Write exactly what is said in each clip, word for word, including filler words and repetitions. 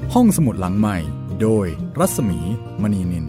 ห้องสมุดหลังใหม่โดยรัศมีมณีนิน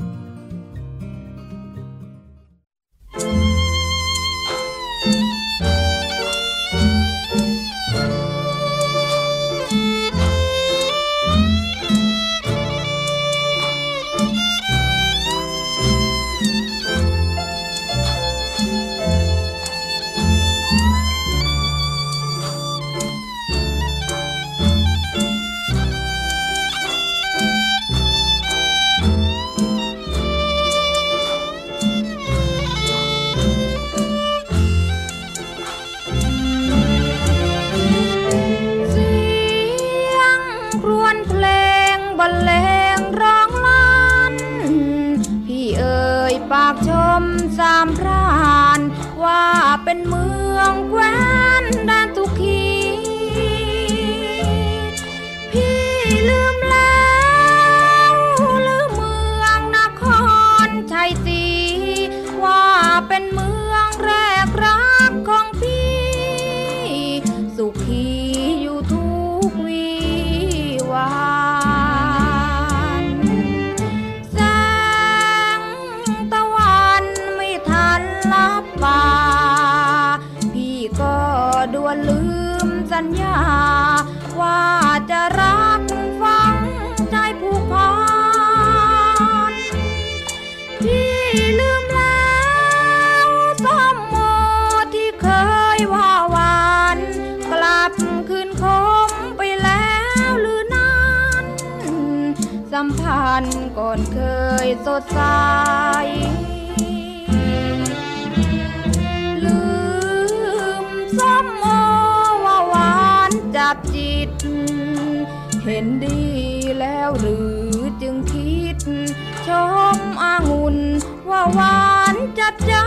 เป็นเมืองแคว้นแดนทุกขีพี่ลืมแล้วลืมเมืองนครชัยศรีว่าเป็นเมืองแรกรักของพี่สุขีอยู่ทุกวีวานแสงตะวันไม่ทันลับบ่าก็ดวนลืมสัญญาว่าจะรักฝังใจผูกพันพี่ลืมแล้วส้มโมที่เคยว่าหวานกลับคืนคมไปแล้วหรือนั้นสัมพันธ์ก่อนเคยสดใสส้มโอว่าหวานจับจิตเห็นดีแล้วหรือจึงคิดชมองุ่นว่าหวานจับใจ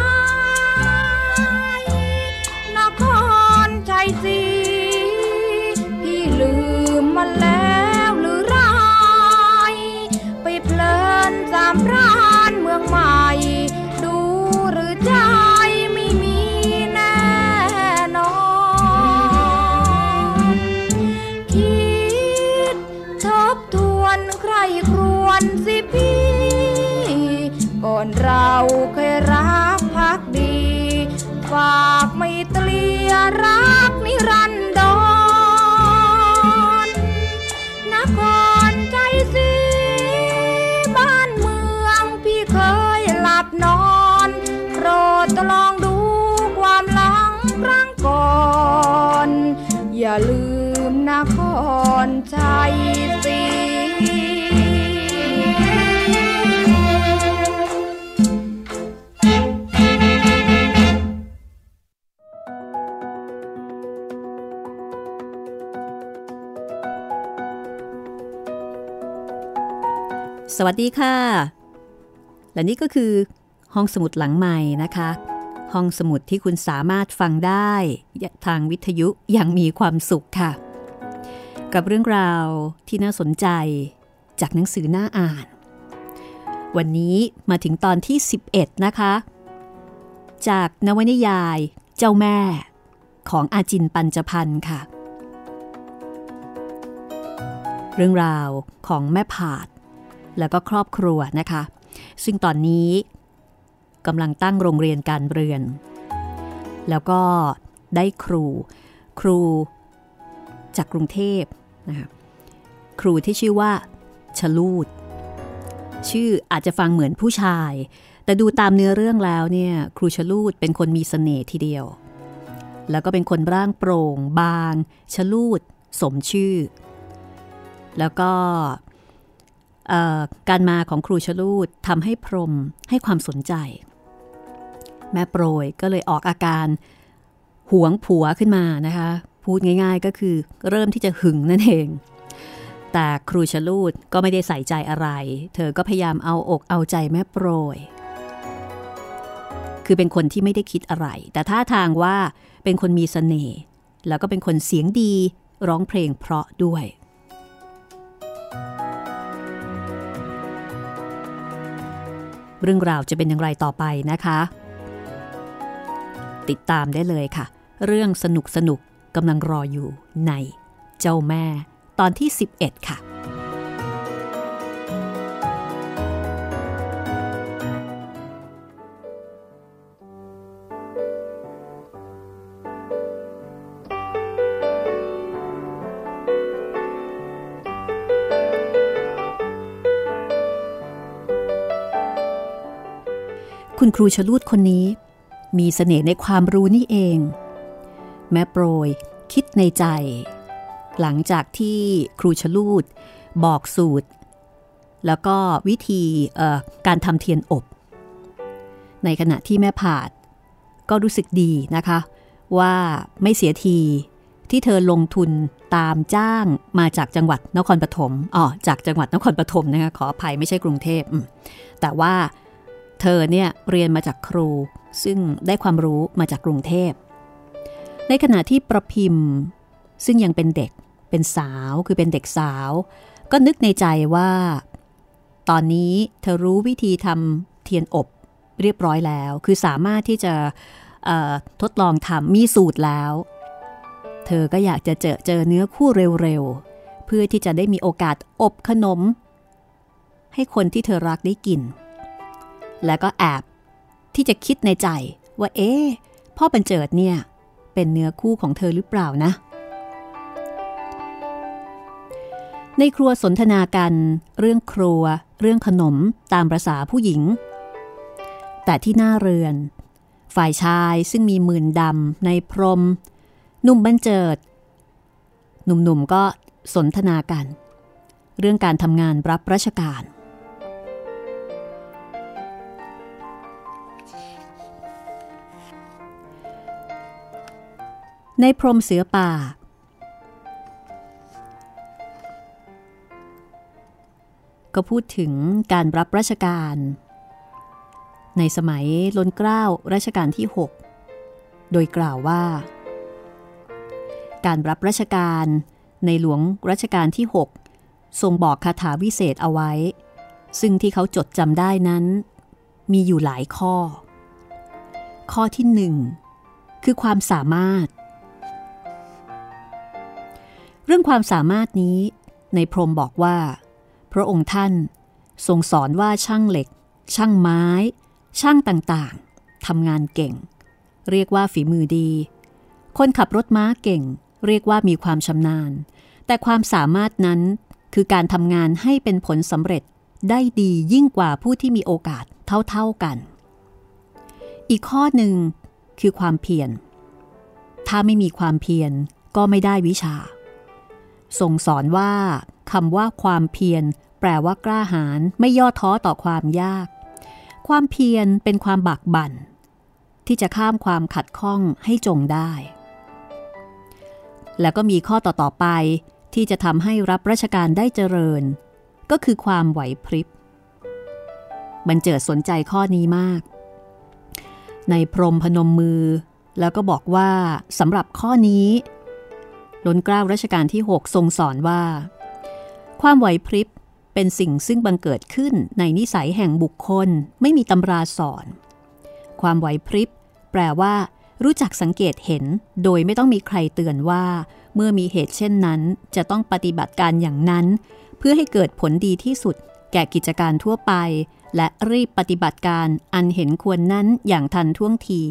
นครชัยศรีพี่ลืมมันแล้วหรือไรไปเพลินสามพรานเมืองใหม่ดูหรือใจใครครวญสิพี่ก่อนเราเคยรักภักดีฝากไมตรีรักนิรันดรนครชัยศรีบ้านเมืองพี่เคยหลับนอนโปรดลองดูความหลังครั้งก่อนอย่าลืมนครชัยศรีสวัสดีค่ะและนี่ก็คือห้องสมุดหลังใหม่นะคะห้องสมุดที่คุณสามารถฟังได้ทางวิทยุอย่างมีความสุขค่ะกับเรื่องราวที่น่าสนใจจากหนังสือน่าอ่านวันนี้มาถึงตอนที่สิบเอ็ดนะคะจากนวนิยายเจ้าแม่ของอาจินปัญจพันธ์ค่ะเรื่องราวของแม่ผาดแล้วก็ครอบครัวนะคะซึ่งตอนนี้กำลังตั้งโรงเรียนการเรือนแล้วก็ได้ครูครูจากกรุงเทพนะคะครูที่ชื่อว่าชลูดชื่ออาจจะฟังเหมือนผู้ชายแต่ดูตามเนื้อเรื่องแล้วเนี่ยครูชลูดเป็นคนมีเสน่ห์ทีเดียวแล้วก็เป็นคนร่างโปร่งบางชลูดสมชื่อแล้วก็การมาของครูชลูดทำให้พรหมให้ความสนใจแม่โปรยก็เลยออกอาการหวงผัวขึ้นมานะคะพูดง่ายๆก็คือเริ่มที่จะหึงนั่นเองแต่ครูชลูดก็ไม่ได้ใส่ใจอะไรเธอก็พยายามเอาอกเอาใจแม่โปรยคือเป็นคนที่ไม่ได้คิดอะไรแต่ท่าทางว่าเป็นคนมีเสน่ห์แล้วก็เป็นคนเสียงดีร้องเพลงเพราะด้วยเรื่องราวจะเป็นอย่างไรต่อไปนะคะติดตามได้เลยค่ะเรื่องสนุกสนุกกำลังรออยู่ในเจ้าแม่ตอนที่สิบเอ็ดค่ะคุณครูชลูดคนนี้มีเสน่ห์ในความรู้นี่เองแม่โปรยคิดในใจหลังจากที่ครูชลูดบอกสูตรแล้วก็วิธีการทำเทียนอบในขณะที่แม่ผาดก็รู้สึกดีนะคะว่าไม่เสียทีที่เธอลงทุนตามจ้างมาจากจังหวัดนครปฐมอ๋อจากจังหวัดนครปฐมนะคะขออภัยไม่ใช่กรุงเทพแต่ว่าเธอเนี่ยเรียนมาจากครูซึ่งได้ความรู้มาจากกรุงเทพในขณะที่ประพิมพ์ซึ่งยังเป็นเด็กเป็นสาวคือเป็นเด็กสาวก็นึกในใจว่าตอนนี้เธอรู้วิธีทำเทียนอบเรียบร้อยแล้วคือสามารถที่จะทดลองทำมีสูตรแล้วเธอก็อยากจะเจอเจอเนื้อคู่เร็วๆเพื่อที่จะได้มีโอกาสอบขนมให้คนที่เธอรักได้กินแล้วก็แอบที่จะคิดในใจว่าเอ๊ะพ่อบรรเจิดเนี่ยเป็นเนื้อคู่ของเธอหรือเปล่านะในครัวสนทนากันเรื่องครัวเรื่องขนมตามประสาผู้หญิงแต่ที่หน้าเรือนฝ่ายชายซึ่งมีหมื่นดำในพรมหนุ่มบรรเจิดหนุ่มๆก็สนทนากันเรื่องการทำงานรับราชการในพรมเสือป่าก็พูดถึงการรับราชการในสมัยล้นเกล้ารัชกาลที่หกโดยกล่าวว่าการรับราชการในหลวงรัชกาลที่หกทรงบอกคาถาวิเศษเอาไว้ซึ่งที่เขาจดจำได้นั้นมีอยู่หลายข้อข้อที่หนึ่งคือความสามารถเรื่องความสามารถนี้ในพรหมบอกว่าพระองค์ท่านทรงสอนว่าช่างเหล็กช่างไม้ช่างต่างๆทำงานเก่งเรียกว่าฝีมือดีคนขับรถม้าเก่งเรียกว่ามีความชำนาญแต่ความสามารถนั้นคือการทำงานให้เป็นผลสำเร็จได้ดียิ่งกว่าผู้ที่มีโอกาสเท่าๆกันอีกข้อหนึ่งคือความเพียรถ้าไม่มีความเพียรก็ไม่ได้วิชาทรงสอนว่าคำว่าความเพียรแปลว่ากล้าหาญไม่ย่อท้อต่อความยากความเพียรเป็นความบากบั่นที่จะข้ามความขัดข้องให้จงได้แล้วก็มีข้อต่อๆไปที่จะทำให้รับราชการได้เจริญก็คือความไหวพริบบรรเจิดสนใจข้อนี้มากในพรหมพนมมือแล้วก็บอกว่าสำหรับข้อนี้ล้นเกล้ารัชกาลที่หกทรงสอนว่าความไหวพริบเป็นสิ่งซึ่งบังเกิดขึ้นในนิสัยแห่งบุคคลไม่มีตำราสอนความไหวพริบแปลว่ารู้จักสังเกตเห็นโดยไม่ต้องมีใครเตือนว่าเมื่อมีเหตุเช่นนั้นจะต้องปฏิบัติการอย่างนั้นเพื่อให้เกิดผลดีที่สุดแก่กิจการทั่วไปและรีบปฏิบัติการอันเห็นควรนั้นอย่างทันท่วงที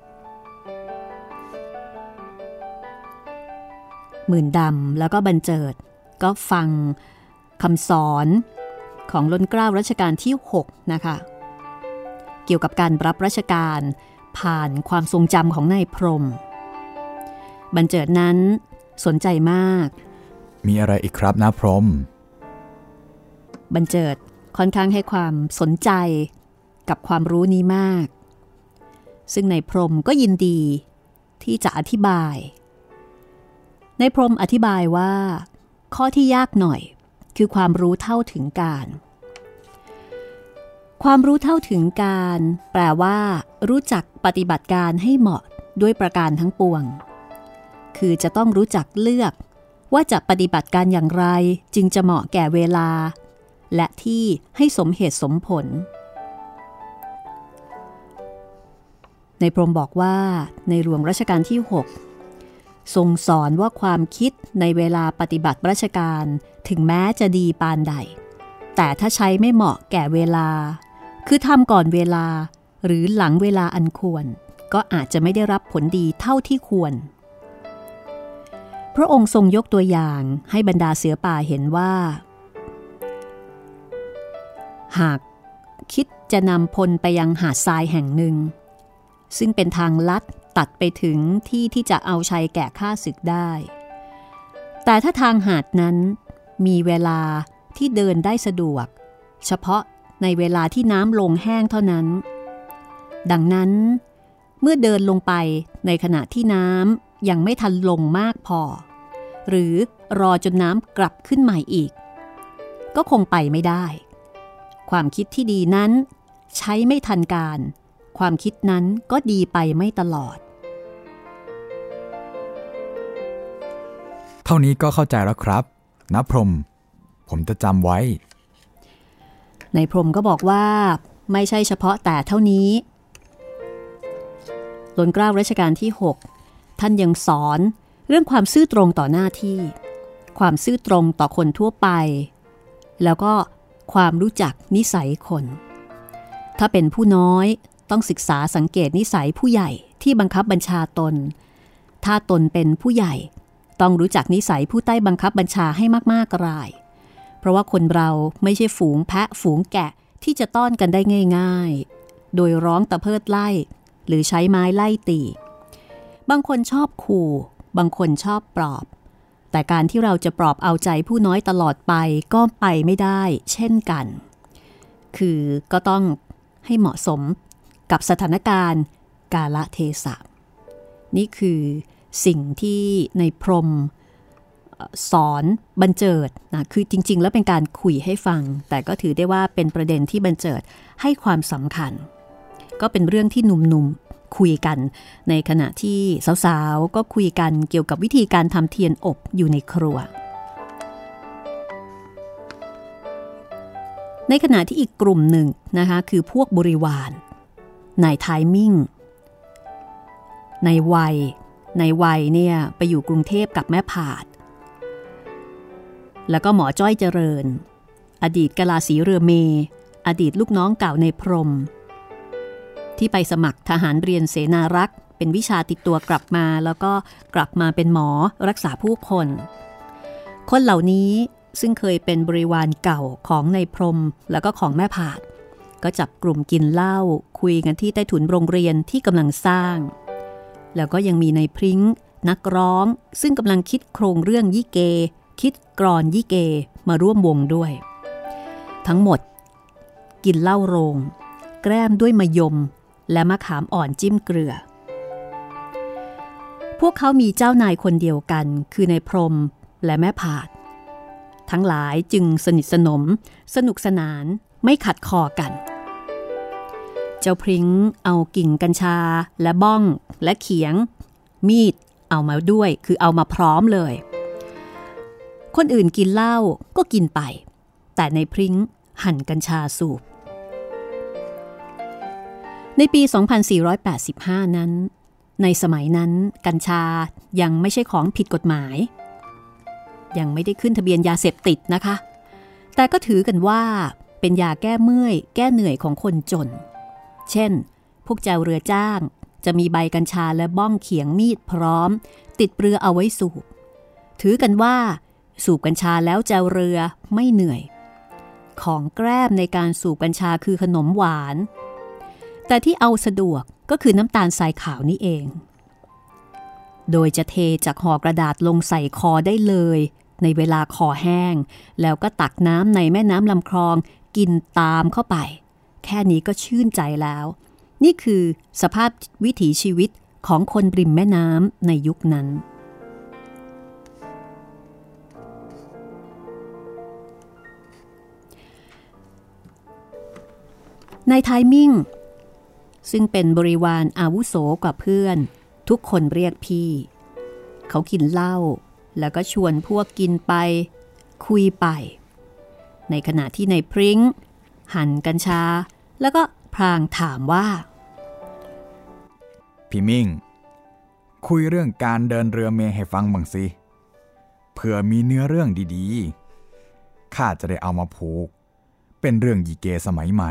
หมื่นดำแล้วก็บรรเจิดก็ฟังคำสอนของล้นเกล้ารัชกาลที่หกนะคะเกี่ยวกับการรับราชการผ่านความทรงจำของนายพรหมบรรเจิดนั้นสนใจมากมีอะไรอีกครับนะพรหมบรรเจิดค่อนข้างให้ความสนใจกับความรู้นี้มากซึ่งนายพรหมก็ยินดีที่จะอธิบายนายพรหมอธิบายว่าข้อที่ยากหน่อยคือความรู้เท่าถึงการความรู้เท่าถึงการแปลว่ารู้จักปฏิบัติการให้เหมาะด้วยประการทั้งปวงคือจะต้องรู้จักเลือกว่าจะปฏิบัติการอย่างไรจึงจะเหมาะแก่เวลาและที่ให้สมเหตุสมผลในพรหมบอกว่าในหลวงรัชกาลที่หกทรงสอนว่าความคิดในเวลาปฏิบัติราชการถึงแม้จะดีปานใดแต่ถ้าใช้ไม่เหมาะแก่เวลาคือทำก่อนเวลาหรือหลังเวลาอันควรก็อาจจะไม่ได้รับผลดีเท่าที่ควรพระองค์ทรงยกตัวอย่างให้บรรดาเสือป่าเห็นว่าหากคิดจะนำพลไปยังหาดทรายแห่งหนึ่งซึ่งเป็นทางลัดตัดไปถึงที่ที่จะเอาชัยแก่ข้าศึกได้แต่ถ้าทางหาดนั้นมีเวลาที่เดินได้สะดวกเฉพาะในเวลาที่น้ำลงแห้งเท่านั้นดังนั้นเมื่อเดินลงไปในขณะที่น้ำยังไม่ทันลงมากพอหรือรอจนน้ำกลับขึ้นใหม่อีกก็คงไปไม่ได้ความคิดที่ดีนั้นใช้ไม่ทันการความคิดนั้นก็ดีไปไม่ตลอดเท่านี้ก็เข้าใจแล้วครับนะพรหมผมจะจำไว้ในพรหมก็บอกว่าไม่ใช่เฉพาะแต่เท่านี้ล้นเกล้ารัชกาลที่หกท่านยังสอนเรื่องความซื่อตรงต่อหน้าที่ความซื่อตรงต่อคนทั่วไปแล้วก็ความรู้จักนิสัยคนถ้าเป็นผู้น้อยต้องศึกษาสังเกตนิสัยผู้ใหญ่ที่บังคับบัญชาตนถ้าตนเป็นผู้ใหญ่ต้องรู้จักนิสัยผู้ใต้บังคับบัญชาให้มากๆรายเพราะว่าคนเราไม่ใช่ฝูงแพะฝูงแกะที่จะต้อนกันได้ง่ายๆโดยร้องตะเพิดไล่หรือใช้ไม้ไล่ตีบางคนชอบขู่บางคนชอบปลอบแต่การที่เราจะปลอบเอาใจผู้น้อยตลอดไปก็ไปไม่ได้เช่นกันคือก็ต้องให้เหมาะสมกับสถานการณ์กาลเทศะนี่คือสิ่งที่ในพรหมสอนบรรเจิดนะคือจริงๆแล้วเป็นการคุยให้ฟังแต่ก็ถือได้ว่าเป็นประเด็นที่บรรเจิดให้ความสำคัญก็เป็นเรื่องที่หนุ่มๆคุยกันในขณะที่สาวๆก็คุยกันเกี่ยวกับวิธีการทำเทียนอบอยู่ในครัวในขณะที่อีกกลุ่มหนึ่งนะคะคือพวกบริวารนายไทมิ่งนายวัยนายวัยเนี่ยไปอยู่กรุงเทพกับแม่ผาดแล้วก็หมอจ้อยเจริญอดีตกลาสีเรือเมอดีตลูกน้องเก่าในพรหมที่ไปสมัครทหารเรียนเสนารักษ์เป็นวิชาติดตัวกลับมาแล้วก็กลับมาเป็นหมอรักษาผู้คนคนเหล่านี้ซึ่งเคยเป็นบริวารเก่าของในพรหมแล้วก็ของแม่ผาดก็จับกลุ่มกินเหล้าคุยกันที่ใต้ถุนโรงเรียนที่กำลังสร้างแล้วก็ยังมีในพริ้งนักร้องซึ่งกำลังคิดโครงเรื่องยี่เกคิดกรอนยี่เกมาร่วมวงด้วยทั้งหมดกินเหล้าโรงแกล้มด้วยมะยมและมะขามอ่อนจิ้มเกลือพวกเขามีเจ้านายคนเดียวกันคือในพรหมและแม่ผาดทั้งหลายจึงสนิทสนมสนุกสนานไม่ขัดคอกันเจ้าพริ้งเอากิ่งกัญชาและบ้องและเขียงมีดเอามาด้วยคือเอามาพร้อมเลยคนอื่นกินเหล้าก็กินไปแต่ในพริ้งหั่นกัญชาสูบในปี สองพันสี่ร้อยแปดสิบห้า นั้นในสมัยนั้นกัญชายังไม่ใช่ของผิดกฎหมายยังไม่ได้ขึ้นทะเบียนยาเสพติดนะคะแต่ก็ถือกันว่าเป็นยาแก้เมื่อยแก้เหนื่อยของคนจนเช่นพวกเจ้าเรือจ้างจะมีใบกัญชาและบ้องเขียงมีดพร้อมติดเรือเอาไว้สูบถือกันว่าสูบกัญชาแล้วเจ้าเรือไม่เหนื่อยของแกล้มในการสูบกัญชาคือขนมหวานแต่ที่เอาสะดวกก็คือน้ำตาลทรายขาวนี่เองโดยจะเทจากห่อกระดาษลงใส่คอได้เลยในเวลาคอแห้งแล้วก็ตักน้ำในแม่น้ำลำคลองกินตามเข้าไปแค่นี้ก็ชื่นใจแล้วนี่คือสภาพวิถีชีวิตของคนริมแม่น้ำในยุคนั้นนายไทมิ่งซึ่งเป็นบริวารอาวุโสกว่าเพื่อนทุกคนเรียกพี่เขากินเหล้าแล้วก็ชวนพวกกินไปคุยไปในขณะที่ในพริ้งหั่นกัญชาแล้วก็พลางถามว่าพี่มิ่งคุยเรื่องการเดินเรือเมให้ฟังบ้างสิเผื่อมีเนื้อเรื่องดีๆข้าจะได้เอามาผูกเป็นเรื่องยีเกสมัยใหม่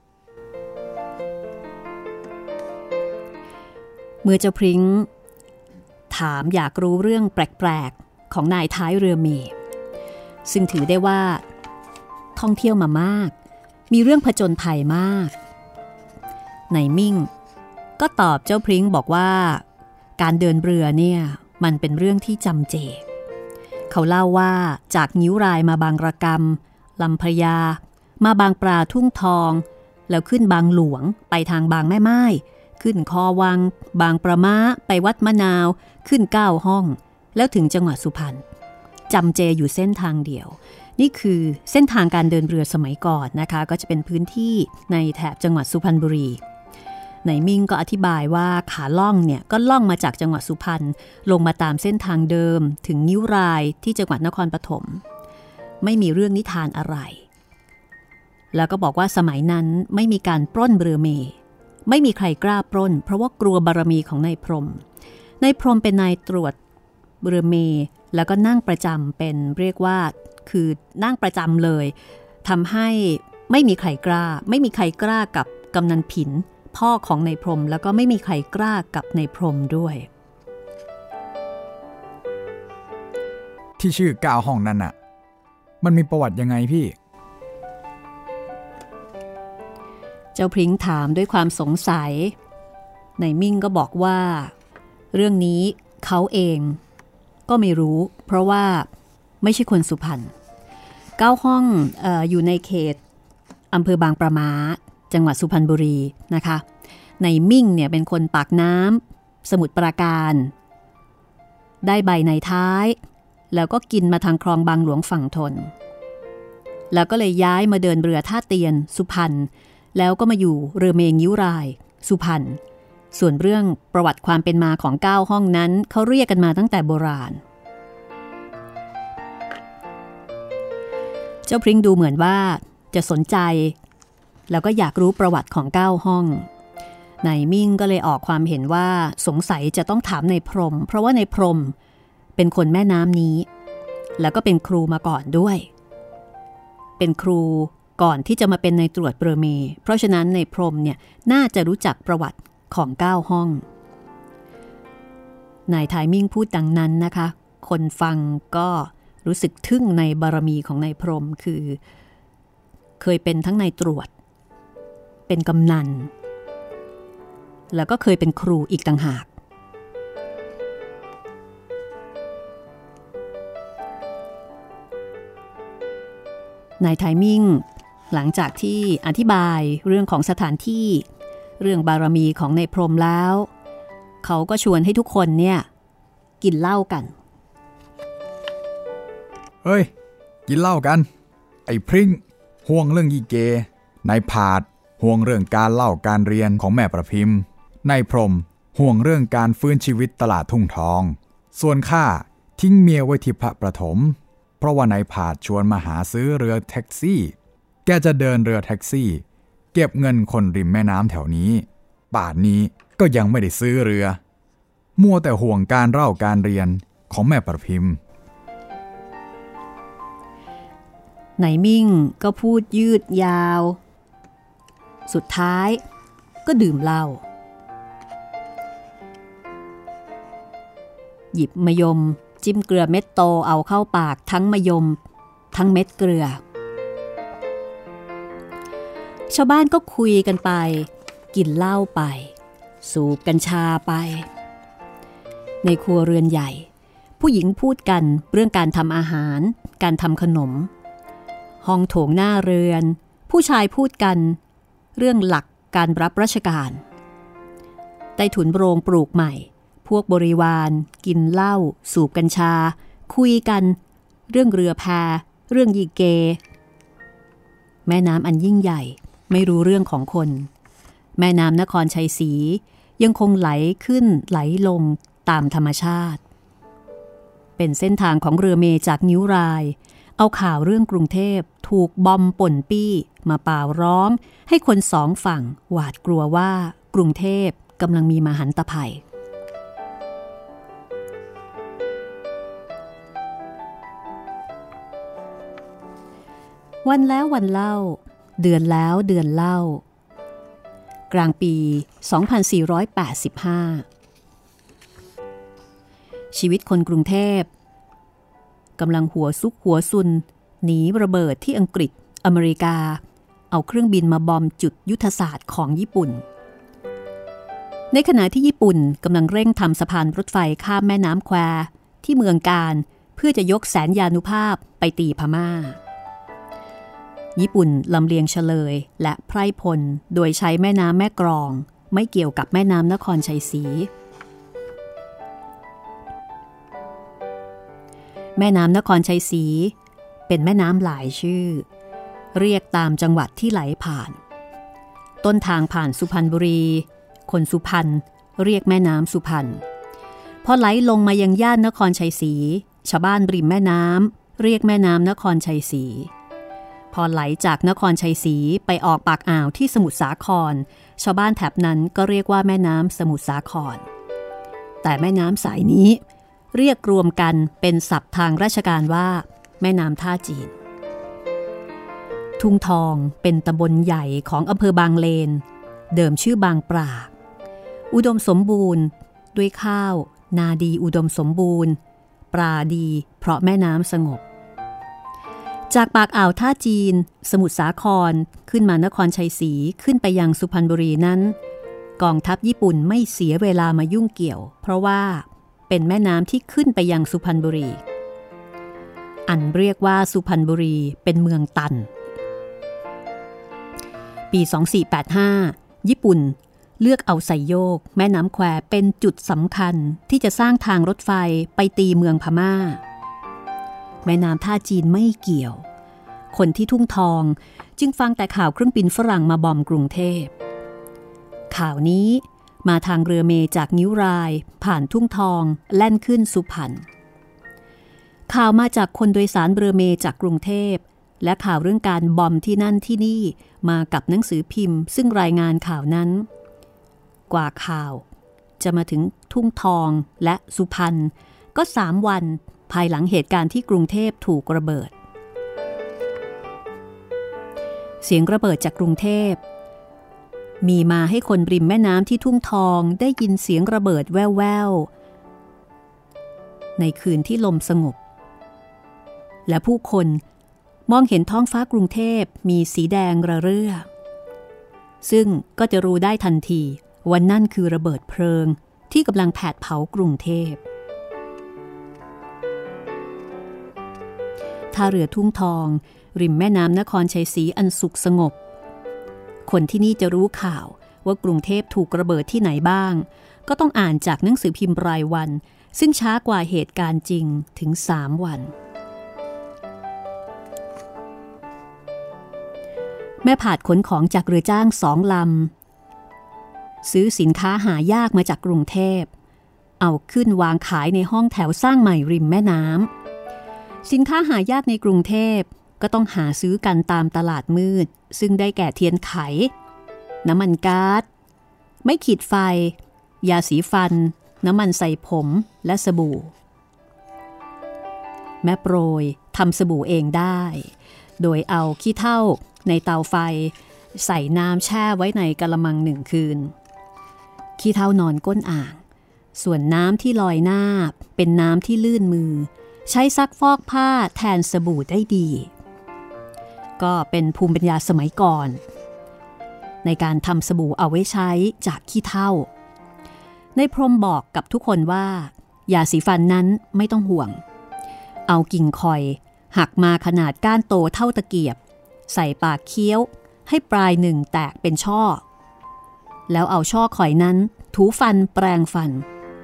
เมื่อเจ้าพริ้งถามอยากรู้เรื่องแปลกๆของนายท้ายเรือเมซึ่งถือได้ว่าท่องเที่ยวมามากมีเรื่องผจญภัยมากนายมิ่งก็ตอบเจ้าพริ้งบอกว่าการเดินเรือเนี่ยมันเป็นเรื่องที่จำเจเขาเล่าว่าจากนิ้วรายมาบางระกำลำพญามาบางปลาทุ่งทองแล้วขึ้นบางหลวงไปทางบางแม่ไม้ขึ้นคอวังบางประม้าไปวัดมะนาวขึ้นเก้าห้องแล้วถึงจังหวัดสุพรรณจำเจอยู่เส้นทางเดียวนี่คือเส้นทางการเดินเรือสมัยก่อนนะคะก็จะเป็นพื้นที่ในแถบจังหวัดสุพรรณบุรีนายมิ่งก็อธิบายว่าขาล่องเนี่ยก็ล่องมาจากจังหวัดสุพรรณลงมาตามเส้นทางเดิมถึงนิ้วรายที่จังหวัดนครปฐมไม่มีเรื่องนิทานอะไรแล้วก็บอกว่าสมัยนั้นไม่มีการปล้นเรือเมย์ไม่มีใครกล้าปล้นเพราะว่ากลัวบารมีของนายพรหมนายพรหมเป็นนายตรวจเรือเมย์แล้วก็นั่งประจำเป็นเรียกว่าคือนั่งประจำเลยทำให้ไม่มีใครกล้าไม่มีใครกล้ากับกำนันผินพ่อของนายพรหมแล้วก็ไม่มีใครกล้ากับนายพรหมด้วยที่ชื่อเก้าห้องนั้นน่ะมันมีประวัติยังไงพี่เจ้าพริ้งถามด้วยความสงสัยนายมิ่งก็บอกว่าเรื่องนี้เขาเองก็ไม่รู้เพราะว่าไม่ใช่คนสุพรรณเก้าห้องเอ่ออยู่ในเขตอำเภอบางประม้าจังหวัดสุพรรณบุรีนะคะนายมิ่งเนี่ยเป็นคนปากน้ำสมุทรปราการได้ใบในท้ายแล้วก็กินมาทางคลองบางหลวงฝั่งทนแล้วก็เลยย้ายมาเดินเรือท่าเตียนสุพรรณแล้วก็มาอยู่เรือเมงิ้วรายสุพรรณส่วนเรื่องประวัติความเป็นมาของเก้าห้องนั้นเขาเรียกกันมาตั้งแต่โบราณเจ้าพริ้งดูเหมือนว่าจะสนใจแล้วก็อยากรู้ประวัติของเก้าห้องนายมิ่งก็เลยออกความเห็นว่าสงสัยจะต้องถามนายพรหมเพราะว่านายพรหมเป็นคนแม่น้ำนี้แล้วก็เป็นครูมาก่อนด้วยเป็นครูก่อนที่จะมาเป็นนายตรวจเรือเมย์เพราะฉะนั้นนายพรหมเนี่ยน่าจะรู้จักประวัติของเก้าห้องนายไทมิ่งพูดดังนั้นนะคะคนฟังก็รู้สึกทึ่งในบารมีของนายพรหมคือเคยเป็นทั้งนายตรวจเป็นกำนันแล้วก็เคยเป็นครูอีกต่างหากนายไทมิ่งหลังจากที่อธิบายเรื่องของสถานที่เรื่องบารมีของนายพรหมแล้วเขาก็ชวนให้ทุกคนเนี่ยกินเหล้ากันเฮ้ยกินเหล้ากันไอ้พริ้งห่วงเรื่องยี่เกนายผาดห่วงเรื่องการเล่าการเรียนของแม่ประพิมพ์นายพรหมห่วงเรื่องการฟื้นชีวิตตลาดทุ่งทองส่วนข้าทิ้งเมียไว้ที่พระประถมเพราะว่านายผาดชวนมาหาซื้อเรือแท็กซี่แกจะเดินเรือแท็กซี่เก็บเงินคนริมแม่น้ำแถวนี้ป่านนี้ก็ยังไม่ได้ซื้อเรือมัวแต่ห่วงการเล่าการเรียนของแม่ประพิมพ์นายมิ่งก็พูดยืดยาวสุดท้ายก็ดื่มเหล้าหยิบมะยมจิ้มเกลือเม็ดโตเอาเข้าปากทั้งมะยมทั้งเม็ดเกลือชาวบ้านก็คุยกันไปกินเหล้าไปสูบกัญชาไปในครัวเรือนใหญ่ผู้หญิงพูดกันเรื่องการทำอาหารการทำขนมห้องโถงหน้าเรือนผู้ชายพูดกันเรื่องหลักการรับราชการใต้ถุนโรงปลูกใหม่พวกบริวารกินเหล้าสูบกัญชาคุยกันเรื่องเรือแพเรื่องยีเกแม่น้ำอันยิ่งใหญ่ไม่รู้เรื่องของคนแม่น้ำนครชัยศรียังคงไหลขึ้นไหลลงตามธรรมชาติเป็นเส้นทางของเรือเมจากนิ้วรายเอาข่าวเรื่องกรุงเทพถูกบอมป่นปี้มาเป่าร้องให้คนสองฝั่งหวาดกลัวว่ากรุงเทพกำลังมีมหันตภัยวันแล้ววันเล่าเดือนแล้วเดือนเล่ากลางปีสองพันสี่ร้อยแปดสิบห้าชีวิตคนกรุงเทพกำลังหัวซุกหัวซุนหนีระเบิดที่อังกฤษอเมริกาเอาเครื่องบินมาบอมจุดยุทธศาสตร์ของญี่ปุ่นในขณะที่ญี่ปุ่นกำลังเร่งทำสะพานรถไฟข้ามแม่น้ำแควที่เมืองการเพื่อจะยกแสนยานุภาพไปตีพม่าญี่ปุ่นลำเลียงเฉลยและไพร่พลโดยใช้แม่น้ำแม่กลองไม่เกี่ยวกับแม่น้ำนครชัยศรีแม่น้ำนครชัยศรีเป็นแม่น้ำหลายชื่อเรียกตามจังหวัดที่ไหลผ่านต้นทางผ่านสุพรรณบุรีคนสุพรรณเรียกแม่น้ำสุพรรณพอไหลลงมายังย่านนครชัยศรีชาวบ้านริมแม่น้ำเรียกแม่น้ำนครชัยศรีพอไหลจากนครชัยศรีไปออกปากอ่าวที่สมุทรสาครชาวบ้านแถบนั้นก็เรียกว่าแม่น้ำสมุทรสาครแต่แม่น้ำสายนี้เรียกรวมกันเป็นศัพท์ทางราชการว่าแม่น้ำท่าจีนทุ่งทองเป็นตำบลใหญ่ของอำเภอบางเลนเดิมชื่อบางปราบอุดมสมบูรณ์ด้วยข้าวนาดีอุดมสมบูรณ์ปลาดีเพราะแม่น้ำสงบจากปากอ่าวท่าจีนสมุทรสาครขึ้นมานครชัยศรีขึ้นไปยังสุพรรณบุรีนั้นกองทัพญี่ปุ่นไม่เสียเวลามายุ่งเกี่ยวเพราะว่าเป็นแม่น้ำที่ขึ้นไปยังสุพรรณบุรีอันเรียกว่าสุพรรณบุรีเป็นเมืองตันปีสองสี่แปดห้าญี่ปุ่นเลือกเอาไซโยกแม่น้ำแควเป็นจุดสำคัญที่จะสร้างทางรถไฟไปตีเมืองพม่าแม่น้ำท่าจีนไม่เกี่ยวคนที่ทุ่งทองจึงฟังแต่ข่าวเครื่องบินฝรั่งมาบอมกรุงเทพข่าวนี้มาทางเรือเมจากนิ้วรายผ่านทุ่งทองแล่นขึ้นสุพรรณข่าวมาจากคนโดยสารเรือเมจากกรุงเทพและข่าวเรื่องการบอมที่นั่นที่นี่มากับหนังสือพิมพ์ซึ่งรายงานข่าวนั้นกว่าข่าวจะมาถึงทุ่งทองและสุพรรณก็สามวันภายหลังเหตุการณ์ที่กรุงเทพถูกระเบิดเสียงระเบิดจากกรุงเทพมีมาให้คนริมแม่น้ำที่ทุ่งทองได้ยินเสียงระเบิดแว่วๆในคืนที่ลมสงบและผู้คนมองเห็นท้องฟ้ากรุงเทพมีสีแดงระเรื่อซึ่งก็จะรู้ได้ทันทีว่านั่นคือระเบิดเพลิงที่กำลังแผดเผากรุงเทพท่าเรือทุ่งทองริมแม่น้ำนครชัยศรีอันสุขสงบคนที่นี่จะรู้ข่าวว่ากรุงเทพถูกระเบิดที่ไหนบ้างก็ต้องอ่านจากหนังสือพิมพ์รายวันซึ่งช้ากว่าเหตุการณ์จริงถึงสามวันแม่ผาดขนของจากเรือจ้างสองลำซื้อสินค้าหายากมาจากกรุงเทพเอาขึ้นวางขายในห้องแถวสร้างใหม่ริมแม่น้ำสินค้าหายากในกรุงเทพก็ต้องหาซื้อกันตามตลาดมืดซึ่งได้แก่เทียนไขน้ำมันก๊าซไม้ขีดไฟยาสีฟันน้ำมันใส่ผมและสบู่แม่โปรยทำสบู่เองได้โดยเอาขี้เถ้าในเตาไฟใส่น้ำแช่ไว้ในกะละมังหนึ่งคืนขี้เถ้านอนก้นอ่างส่วนน้ำที่ลอยหน้าเป็นน้ำที่ลื่นมือใช้ซักฟอกผ้าแทนสบู่ได้ดีก็เป็นภูมิปัญญาสมัยก่อนในการทำสบู่เอาไว้ใช้จากขี้เถ้าในพรหมบอกกับทุกคนว่ายาสีฟันนั้นไม่ต้องห่วงเอากิ่งคอยหักมาขนาดก้านโตเท่าตะเกียบใส่ปากเคี้ยวให้ปลายหนึ่งแตกเป็นช่อแล้วเอาช่อข่อยนั้นถูฟันแปรงฟัน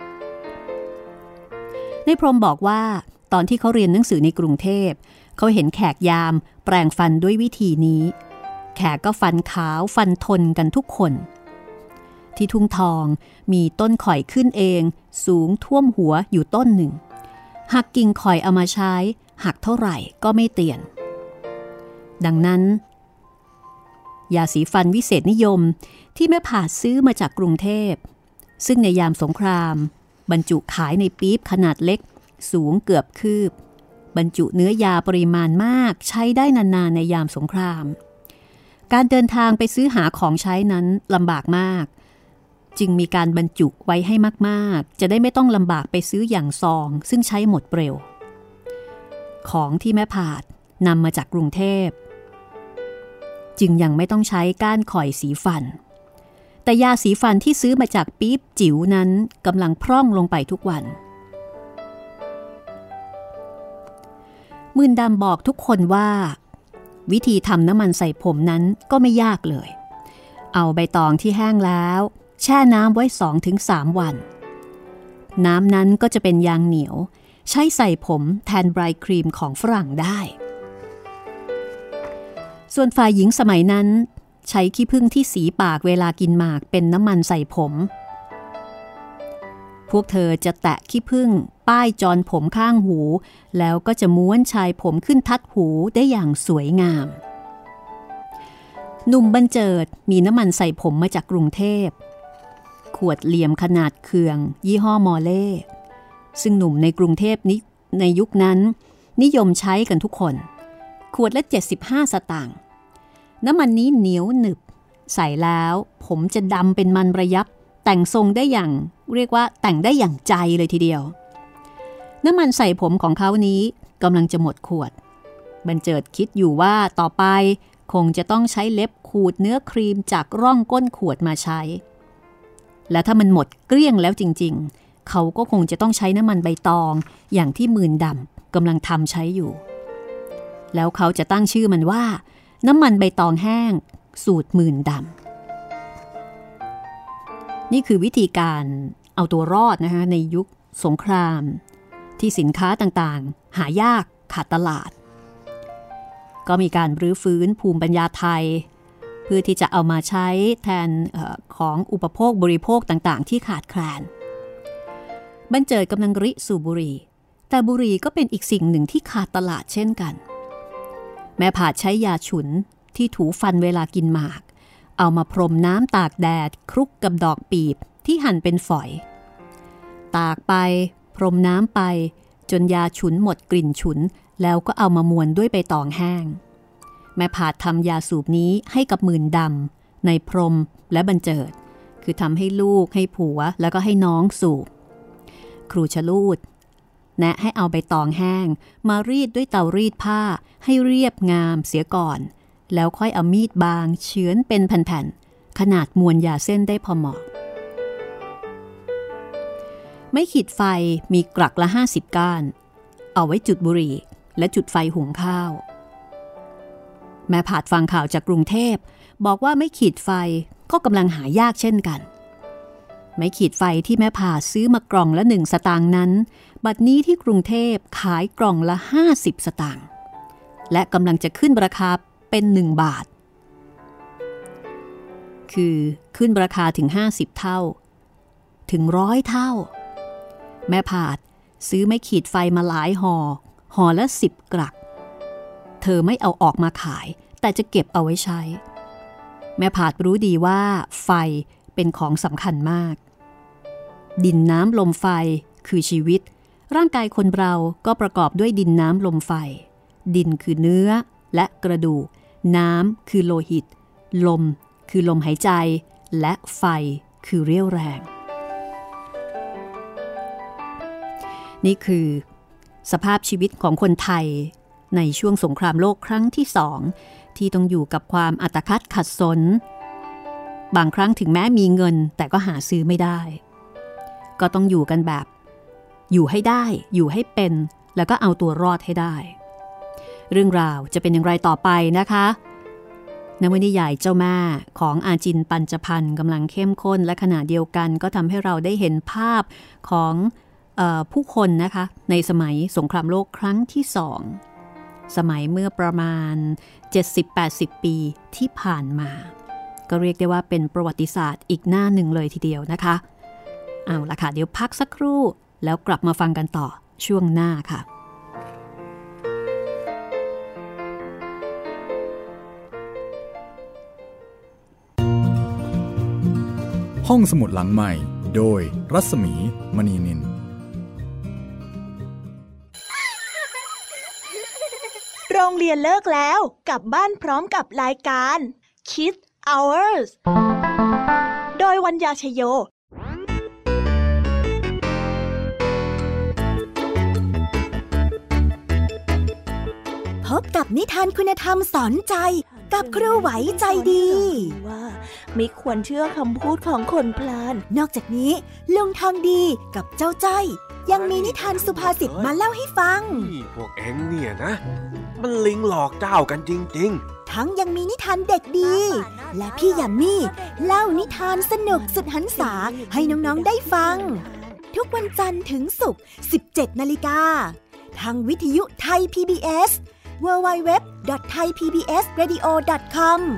ในพรหมบอกว่าตอนที่เขาเรียนหนังสือในกรุงเทพเขาเห็นแขกยามแปรงฟันด้วยวิธีนี้แขกก็ฟันขาวฟันทนกันทุกคนที่ทุ่งทองมีต้นข่อยขึ้นเองสูงท่วมหัวอยู่ต้นหนึ่งหักกิ่งข่อยเอามาใช้หักเท่าไหร่ก็ไม่เตียนดังนั้นยาสีฟันวิเศษนิยมที่แม่ผาดซื้อมาจากกรุงเทพซึ่งในยามสงครามบรรจุขายในปี๊บขนาดเล็กสูงเกือบคืบบรรจุเนื้อยาปริมาณมากใช้ได้นานๆในยามสงครามการเดินทางไปซื้อหาของใช้นั้นลำบากมากจึงมีการบรรจุไว้ให้มากๆจะได้ไม่ต้องลำบากไปซื้ออย่างซองซึ่งใช้หมดเร็วของที่แม่ผาดนำมาจากกรุงเทพจึงยังไม่ต้องใช้ก้านข่อยสีฟันแต่ยาสีฟันที่ซื้อมาจากปี๊บจิ๋วนั้นกำลังพร่องลงไปทุกวันมื่นดำบอกทุกคนว่าวิธีทำน้ำมันใส่ผมนั้นก็ไม่ยากเลยเอาใบตองที่แห้งแล้วแช่น้ำไว้ สองถึงสาม วันน้ำนั้นก็จะเป็นยางเหนียวใช้ใส่ผมแทนไบรท์ครีมของฝรั่งได้ส่วนฝ่ายหญิงสมัยนั้นใช้ขี้ผึ้งที่สีปากเวลากินหมากเป็นน้ำมันใส่ผมพวกเธอจะแตะขี้ผึ้งป้ายจอนผมข้างหูแล้วก็จะม้วนชายผมขึ้นทัดหูได้อย่างสวยงามหนุ่มบรรเจิดมีน้ำมันใส่ผมมาจากกรุงเทพขวดเหลี่ยมขนาดเคืองยี่ห้อมอเล่ซึ่งหนุ่มในกรุงเทพนี้ในยุคนั้นนิยมใช้กันทุกคนขวดละเจ็ดสิบห้าสตางค์น้ำมันนี้เหนียวหนึบใส่แล้วผมจะดำเป็นมันระยับแต่งทรงได้อย่างเรียกว่าแต่งได้อย่างใจเลยทีเดียวน้ำมันใส่ผมของเขานี้กำลังจะหมดขวดบรรเจิดคิดอยู่ว่าต่อไปคงจะต้องใช้เล็บขูดเนื้อครีมจากร่องก้นขวดมาใช้และถ้ามันหมดเกลี้ยงแล้วจริงๆเขาก็คงจะต้องใช้น้ำมันใบตองอย่างที่มื่นดำกำลังทำใช้อยู่แล้วเขาจะตั้งชื่อมันว่าน้ำมันใบตองแห้งสูตรมื่นดำนี่คือวิธีการเอาตัวรอดนะคะในยุคสงครามที่สินค้าต่างๆหายากขาดตลาดก็มีการรื้อฟื้นภูมิปัญญาไทยเพื่อที่จะเอามาใช้แทนเอ่อของอุปโภคบริโภคต่างๆที่ขาดแคลนบรรเจิดกำลังริสูบบุหรี่แต่บุหรี่ก็เป็นอีกสิ่งหนึ่งที่ขาดตลาดเช่นกันแม่ผาดใช้ยาฉุนที่ถูฟันเวลากินหมากเอามาพรมน้ำตากแดดคลุกกับดอกปีบที่หั่นเป็นฝอยตากไปพรมน้ำไปจนยาฉุนหมดกลิ่นฉุนแล้วก็เอามามวนด้วยใบตองแห้งแม่ผาดทำยาสูบนี้ให้กับมื่นดำในพรมและบรรเจิดคือทำให้ลูกให้ผัวแล้วก็ให้น้องสูบครูชลูดแนะให้เอาใบตองแห้งมารีดด้วยเตารีดผ้าให้เรียบงามเสียก่อนแล้วค่อยเอามีดบางเฉือนเป็นแผ่นๆขนาดมวนยาเส้นได้พอเหมาะไม่ขีดไฟมีกลักละห้าสิบก้านเอาไว้จุดบุหรี่และจุดไฟหุงข้าวแม่ผาดฟังข่าวจากกรุงเทพบอกว่าไม่ขีดไฟก็กำลังหายากเช่นกันไม่ขีดไฟที่แม่ผาดซื้อมากล่องละหนึ่งสตางค์นั้นบัดนี้ที่กรุงเทพขายกล่องละห้าสิบสตางค์และกำลังจะขึ้นราคาเป็นหนึ่งบาทคือขึ้นราคาถึงห้าสิบเท่าถึงร้อยเท่าแม่ผาดซื้อไม่ขีดไฟมาหลายห่อห่อละสิบกลักเธอไม่เอาออกมาขายแต่จะเก็บเอาไว้ใช้แม่ผาดรู้ดีว่าไฟเป็นของสำคัญมากดินน้ำลมไฟคือชีวิตร่างกายคนเราก็ประกอบด้วยดินน้ำลมไฟดินคือเนื้อและกระดูกน้ำคือโลหิตลมคือลมหายใจและไฟคือเรี่ยวแรงนี่คือสภาพชีวิตของคนไทยในช่วงสงครามโลกครั้งที่สองที่ต้องอยู่กับความอัตคัดขัดสนบางครั้งถึงแม้มีเงินแต่ก็หาซื้อไม่ได้ก็ต้องอยู่กันแบบอยู่ให้ได้อยู่ให้เป็นแล้วก็เอาตัวรอดให้ได้เรื่องราวจะเป็นอย่างไรต่อไปนะคะนวนิยายเจ้าแม่ของอาจินปัญจพันธ์กำลังเข้มข้นและขณะเดียวกันก็ทำให้เราได้เห็นภาพของเอ่อผู้คนนะคะในสมัยสงครามโลกครั้งที่สองสมัยเมื่อประมาณ เจ็ดสิบถึงแปดสิบ ปีที่ผ่านมาก็เรียกได้ว่าเป็นประวัติศาสตร์อีกหน้าหนึ่งเลยทีเดียวนะคะเอาล่ะค่ะเดี๋ยวพักสักครู่แล้วกลับมาฟังกันต่อช่วงหน้าค่ะห้องสมุดหลังใหม่โดยรัศมีมณีนินโรงเรียนเลิกแล้วกลับบ้านพร้อมกับรายการ Kids Hours โดยวัญญาชโยพบกับนิทานคุณธรรมสอนใจกับครูไหวใจดีว่าไม่ควรเชื่อคำพูดของคนพลานนอกจากนี้ลุงทองดีกับเจ้าจ้อยยังมีนิทานสุภาษิตมาเล่าให้ฟังนี่พวกเอ็งเนี่ยนะมันลิงหลอกเจ้ากันจริงๆทั้งยังมีนิทานเด็กดีและพี่ยามีเล่านิทานสนุกสุดหรรษาให้น้องๆได้ฟังทุกวันจันทร์ถึงศุกร์ สิบเจ็ดนาฬิกาทางวิทยุไทย พี บี เอส ดับเบิลยู ดับเบิลยู ดับเบิลยู ดอท ไทย พี บี เอส เรดิโอ ดอท คอม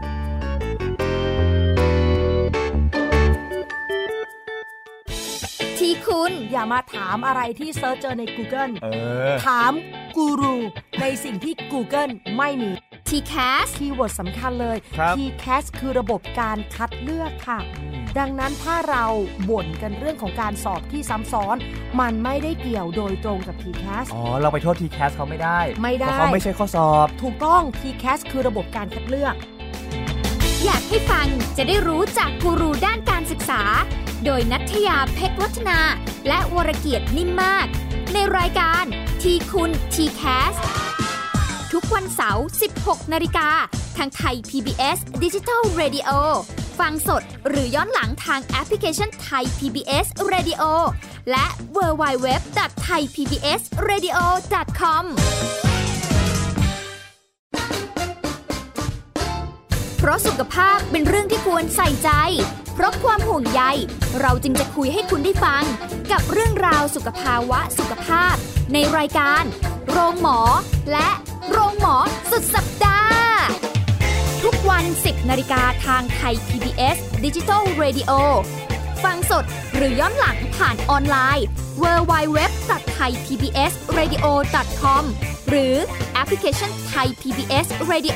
ทีคุณอย่ามาถามอะไรที่เซิร์ชเจอใน Google เออถามกูรูในสิ่งที่ Google ไม่มีที แคสคีย์เวิร์ดสำคัญเลย ที แคส คือระบบการคัดเลือกค่ะดังนั้นถ้าเราบ่นกันเรื่องของการสอบที่ซ้ำซ้อนมันไม่ได้เกี่ยวโดยตรงกับ ที แคสอ๋อเราไปโทษ ที แคส เขาไม่ได้ไม่ได้เพราะเขาไม่ใช่ข้อสอบถูกต้อง ที แคส คือระบบการคัดเลือกอยากให้ฟังจะได้รู้จากกูรูด้านการศึกษาโดยณัฐยาเพชรวัฒนาและวรเกียรตินิ่มมากในรายการทีคุณ ที แคส ทุกวันเสาร์ สิบหกนาฬิกาทางไทย พี บี เอส Digital Radio ฟังสดหรือย้อนหลังทางแอปพลิเคชันไทย พี บี เอส Radio และ ดับเบิลยู ดับเบิลยู ดับเบิลยู ดอท ไทย พี บี เอส เรดิโอ ดอท คอม เพราะสุขภาพเป็นเรื่องที่ควรใส่ใจเพราะความห่วงใยเราจึงจะคุยให้คุณได้ฟังกับเรื่องราวสุขภาวะสุขภาพในรายการโรงหมอและโรงหมอสุดสัปดาห์ทุกวัน สิบนาฬิกาทางไทย พี บี เอส Digital Radio ฟังสดหรือย้อนหลังผ่านออนไลน์ ดับเบิลยู ดับเบิลยู ดับเบิลยู ดอท ไทย พี บี เอส เรดิโอ ดอท คอม หรือแอปพลิเคชันไทย พี บี เอส Radio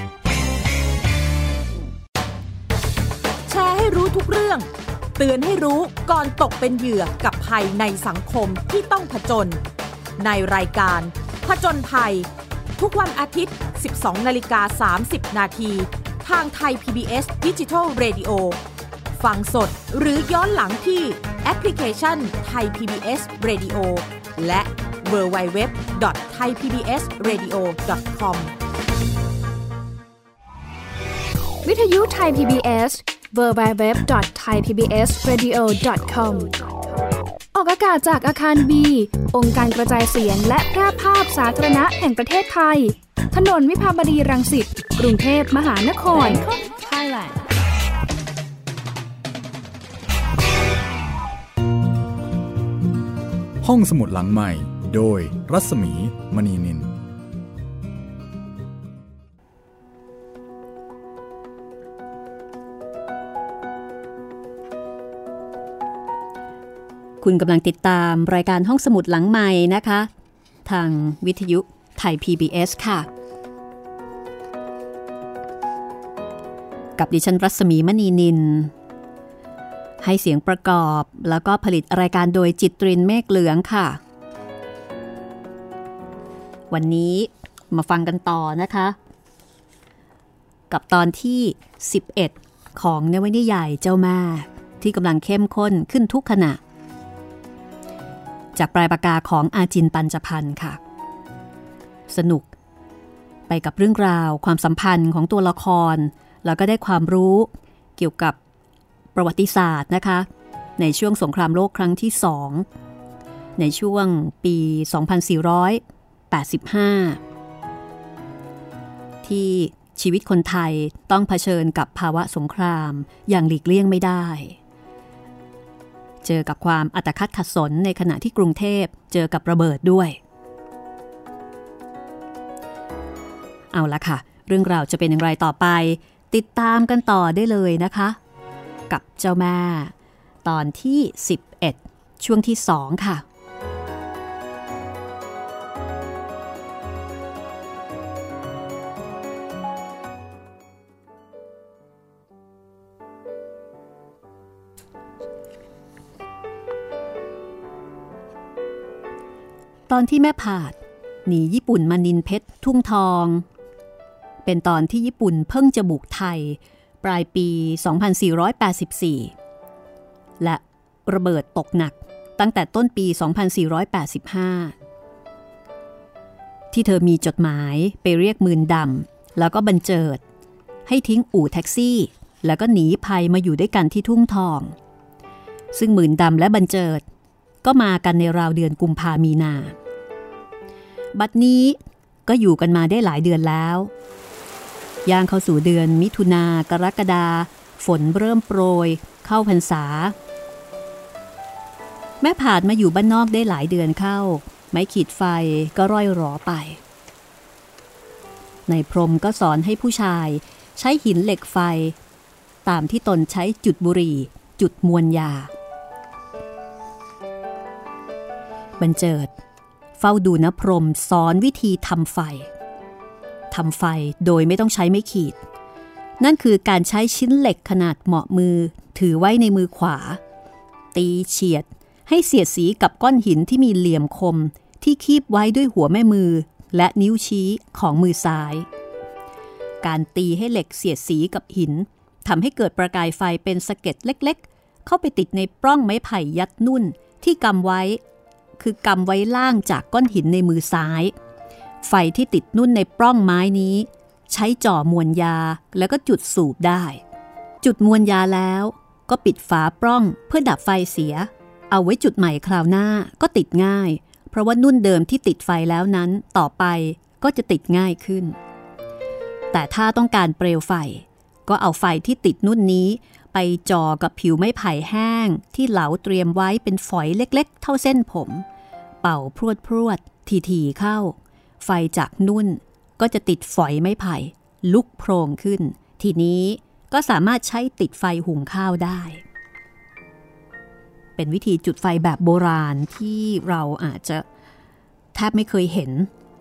แชร์ให้รู้ทุกเรื่องเตือนให้รู้ก่อนตกเป็นเหยื่อกับภัยในสังคมที่ต้องผจญในรายการผจญภัยทุกวันอาทิตย์ สิบสองนาฬิกาสามสิบนาทีทางไทย พี บี เอส Digital Radio ฟังสดหรือย้อนหลังที่แอปพลิเคชันไทย พี บี เอส Radio และ ดับเบิลยู ดับเบิลยู ดับเบิลยู ดอท ไทย พี บี เอส เรดิโอ ดอท คอมวิทยุไทย พี บี เอส ดับเบิลยู ดับเบิลยู ดับเบิลยู ดอท ไทย พี บี เอส เรดิโอ ดอท คอม ออกอากาศจากอาคาร B องค์การกระจายเสียงและแพร่ภาพสาธารณะแห่งประเทศไทยถนนวิภาวดีรังสิตกรุงเทพมหานคร Thailand ห้องสมุดหลังใหม่โดยรัศมีมณีนินคุณกำลังติดตามรายการห้องสมุดหลังใหม่นะคะทางวิทยุไทย พี บี เอส ค่ะกับดิฉันรัศมีมณีนินให้เสียงประกอบแล้วก็ผลิตรายการโดยจิตรินเมฆเหลืองค่ะวันนี้มาฟังกันต่อนะคะกับตอนที่สิบเอ็ดของนวนิยายเจ้าแม่ที่กำลังเข้มข้นขึ้นทุกขณะจากปลายปากกาของอาจินปัญจพันธ์ค่ะสนุกไปกับเรื่องราวความสัมพันธ์ของตัวละครแล้วก็ได้ความรู้เกี่ยวกับประวัติศาสตร์นะคะในช่วงสงครามโลกครั้งที่สองในช่วงปี สองพันสี่ร้อยแปดสิบห้า ที่ชีวิตคนไทยต้องเผชิญกับภาวะสงครามอย่างหลีกเลี่ยงไม่ได้เจอกับความอัตคัดขัดสนในขณะที่กรุงเทพเจอกับระเบิดด้วยเอาละค่ะเรื่องราวจะเป็นอย่างไรต่อไปติดตามกันต่อได้เลยนะคะกับเจ้าแม่ตอนที่สิบเอ็ดช่วงที่สองค่ะตอนที่แม่ผาดหนีญี่ปุ่นมานินเพชรทุ่งทองเป็นตอนที่ญี่ปุ่นเพิ่งจะบุกไทยปลายปี สองพันสี่ร้อยแปดสิบสี่ และระเบิดตกหนักตั้งแต่ต้นปี สองพันสี่ร้อยแปดสิบห้า ที่เธอมีจดหมายไปเรียกหมื่นดแล้วก็บันเจิดให้ทิ้งอู่แท็กซี่แล้วก็หนีภัยมาอยู่ด้วยกันที่ทุ่งทองซึ่งหมื่นดำและบันเจิดก็มากันในราวเดือนกุมภามีนาบัดนี้ก็อยู่กันมาได้หลายเดือนแล้วย่างเข้าสู่เดือนมิถุนากรกฎาฝนเริ่มโปรยเข้าพรรษาแม่ผาดมาอยู่บ้านนอกได้หลายเดือนเข้าไม้ขีดไฟก็ร่อยหรอไปในพรมก็สอนให้ผู้ชายใช้หินเหล็กไฟตามที่ตนใช้จุดบุหรี่จุดมวลยาบันเจิดเฝ้าดูนะพรมสอนวิธีทำไฟทำไฟโดยไม่ต้องใช้ไม้ขีดนั่นคือการใช้ชิ้นเหล็กขนาดเหมาะมือถือไว้ในมือขวาตีเฉียดให้เสียดสีกับก้อนหินที่มีเหลี่ยมคมที่คีบไว้ด้วยหัวแม่มือและนิ้วชี้ของมือซ้ายการตีให้เหล็กเสียดสีกับหินทำให้เกิดประกายไฟเป็นสะเก็ดเล็กๆเข้าไปติดในปล้องไม้ไผ่ยัดนุ่นที่กำไว้คือกำไว้ล่างจากก้อนหินในมือซ้ายไฟที่ติดนุ่นในปล้องไม้นี้ใช้จ่อมวลยาแล้วก็จุดสูบได้จุดมวลยาแล้วก็ปิดฝาปล้องเพื่อดับไฟเสียเอาไว้จุดใหม่คราวหน้าก็ติดง่ายเพราะว่านุ่นเดิมที่ติดไฟแล้วนั้นต่อไปก็จะติดง่ายขึ้นแต่ถ้าต้องการเปลวไฟก็เอาไฟที่ติดนุ่นนี้ไปจ่อกับผิวไม้ไผ่แห้งที่เหลาเตรียมไว้เป็นฝอยเล็กๆเท่าเส้นผมเป่าพรวดพรวดทีๆเข้าไฟจากนุ่นก็จะติดฝอยไม้ไผ่ลุกโพลงขึ้นทีนี้ก็สามารถใช้ติดไฟหุงข้าวได้เป็นวิธีจุดไฟแบบโบราณที่เราอาจจะแทบไม่เคยเห็น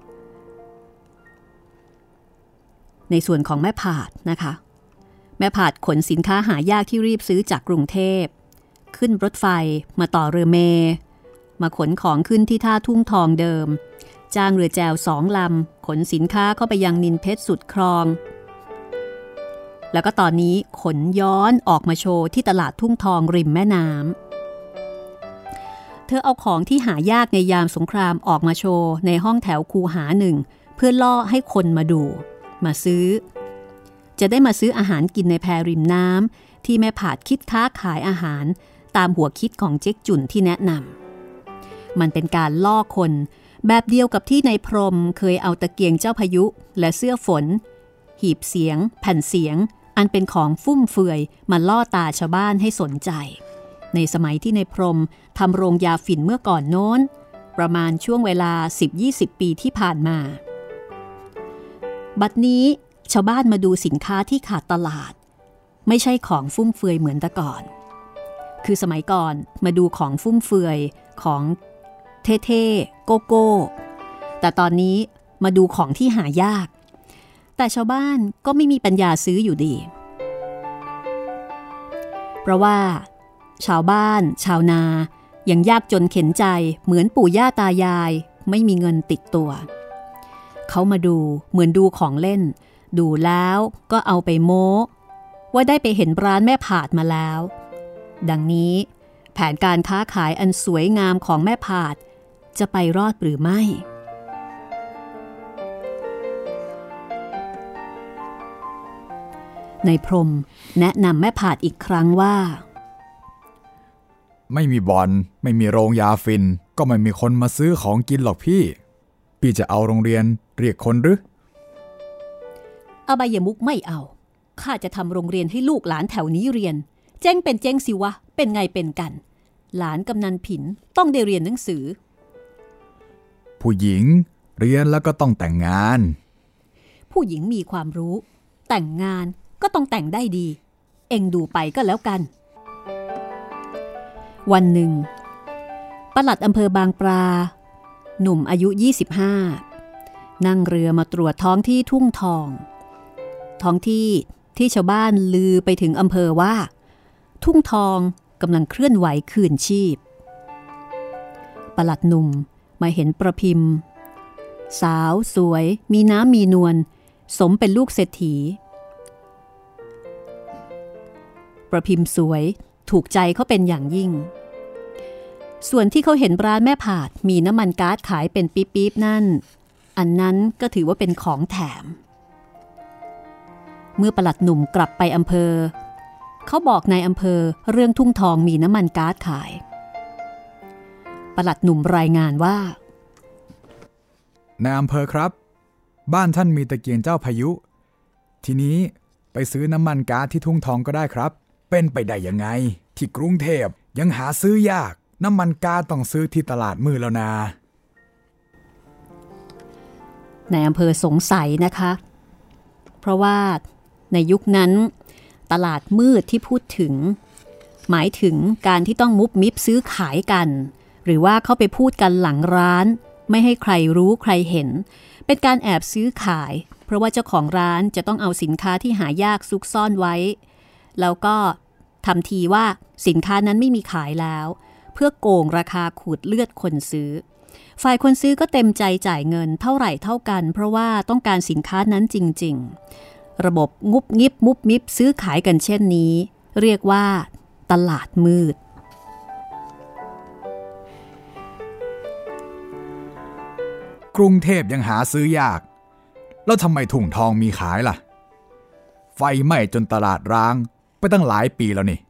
ในส่วนของแม่ผาดนะคะแม่ผาดขนสินค้าหายากที่รีบซื้อจากกรุงเทพขึ้นรถไฟมาต่อเรือเมมาขนของขึ้นที่ท่าทุ่งทองเดิมจ้างเรือแจวสองลำขนสินค้าเข้าไปยังนินเพชรสุดคลองแล้วก็ตอนนี้ขนย้อนออกมาโชว์ที่ตลาดทุ่งทองริมแม่น้ำเธอเอาของที่หายากในยามสงครามออกมาโชว์ในห้องแถวคูหาหนึ่งเพื่อล่อให้คนมาดูมาซื้อจะได้มาซื้ออาหารกินในแพริมน้ำที่แม่ผาดคิดค้าขายอาหารตามหัวคิดของเจ๊กจุ่นที่แนะนำมันเป็นการล่อคนแบบเดียวกับที่ในพรมเคยเอาตะเกียงเจ้าพายุและเสื้อฝนหีบเสียงแผ่นเสียงอันเป็นของฟุ่มเฟือยมาล่อตาชาวบ้านให้สนใจในสมัยที่ในพรมทำโรงยาฝิ่นเมื่อก่อนโน้นประมาณช่วงเวลา สิบถึงยี่สิบ ปีที่ผ่านมาบัดนี้ชาวบ้านมาดูสินค้าที่ขาดตลาดไม่ใช่ของฟุ่มเฟือยเหมือนแต่ก่อนคือสมัยก่อนมาดูของฟุ่มเฟือยของเท่ๆโกโก้แต่ตอนนี้มาดูของที่หายากแต่ชาวบ้านก็ไม่มีปัญญาซื้ออยู่ดีเพราะว่าชาวบ้านชาวนายังยากจนเข็นใจเหมือนปู่ย่าตายายไม่มีเงินติดตัวเขามาดูเหมือนดูของเล่นดูแล้วก็เอาไปโม้ว่าได้ไปเห็นร้านแม่ผาดมาแล้วดังนี้แผนการค้าขายอันสวยงามของแม่ผาดจะไปรอดหรือไม่ในพรมแนะนำแม่ผาดอีกครั้งว่าไม่มีบ่อนไม่มีโรงยาฟินก็ไม่มีคนมาซื้อของกินหรอกพี่พี่จะเอาโรงเรียนเรียกคนหรืออบายมุกไม่เอาข้าจะทำโรงเรียนให้ลูกหลานแถวนี้เรียนเจ๊งเป็นเจ๊งสิวะเป็นไงเป็นกันหลานกำนันผินต้องได้เรียนหนังสือผู้หญิงเรียนแล้วก็ต้องแต่งงานผู้หญิงมีความรู้แต่งงานก็ต้องแต่งได้ดีเอ็งดูไปก็แล้วกันวันหนึ่งปลัดอำเภอบางปลาหนุ่มอายุยี่สิบห้านั่งเรือมาตรวจท้องที่ทุ่งทองท้องที่ที่ชาวบ้านลือไปถึงอำเภอว่าทุ่งทองกำลังเคลื่อนไหวคืนชีพปลัดหนุ่มมาเห็นประพิมพ์สาวสวยมีน้ำมีนวลสมเป็นลูกเศรษฐีประพิมพ์สวยถูกใจเขาเป็นอย่างยิ่งส่วนที่เขาเห็นร้านแม่ผาดมีน้ำมันก๊าซขายเป็นปี๊บๆนั่นอันนั้นก็ถือว่าเป็นของแถมเมื่อปลัดหนุ่มกลับไปอำเภอเขาบอกนายอำเภอเรื่องทุ่งทองมีน้ำมันก๊าซขายปลัดหนุ่มรายงานว่านายอำเภอครับบ้านท่านมีตะเกียงเจ้าพายุทีนี้ไปซื้อน้ำมันก๊าซที่ทุ่งทองก็ได้ครับเป็นไปได้ยังไงที่กรุงเทพยังหาซื้อยากน้ำมันก๊าซต้องซื้อที่ตลาดมืดแล้วนะนายอำเภอสงสัยนะคะเพราะว่าในยุคนั้นตลาดมืดที่พูดถึงหมายถึงการที่ต้องมุบมิบซื้อขายกันหรือว่าเข้าไปพูดกันหลังร้านไม่ให้ใครรู้ใครเห็นเป็นการแอบซื้อขายเพราะว่าเจ้าของร้านจะต้องเอาสินค้าที่หายากซุกซ่อนไว้แล้วก็ทำทีว่าสินค้านั้นไม่มีขายแล้วเพื่อโกงราคาขูดเลือดคนซื้อฝ่ายคนซื้อก็เต็มใจจ่ายเงินเท่าไหร่เท่ากันเพราะว่าต้องการสินค้านั้นจริงๆระบบงุบงิบมุบมิบซื้อขายกันเช่นนี้เรียกว่าตลาดมืดกรุงเทพยังหาซื้อยากแล้วทำไมถุงทองมีขายล่ะไฟไหม้จนตลาดร้างไปตั้งหลายปีแล้วนี่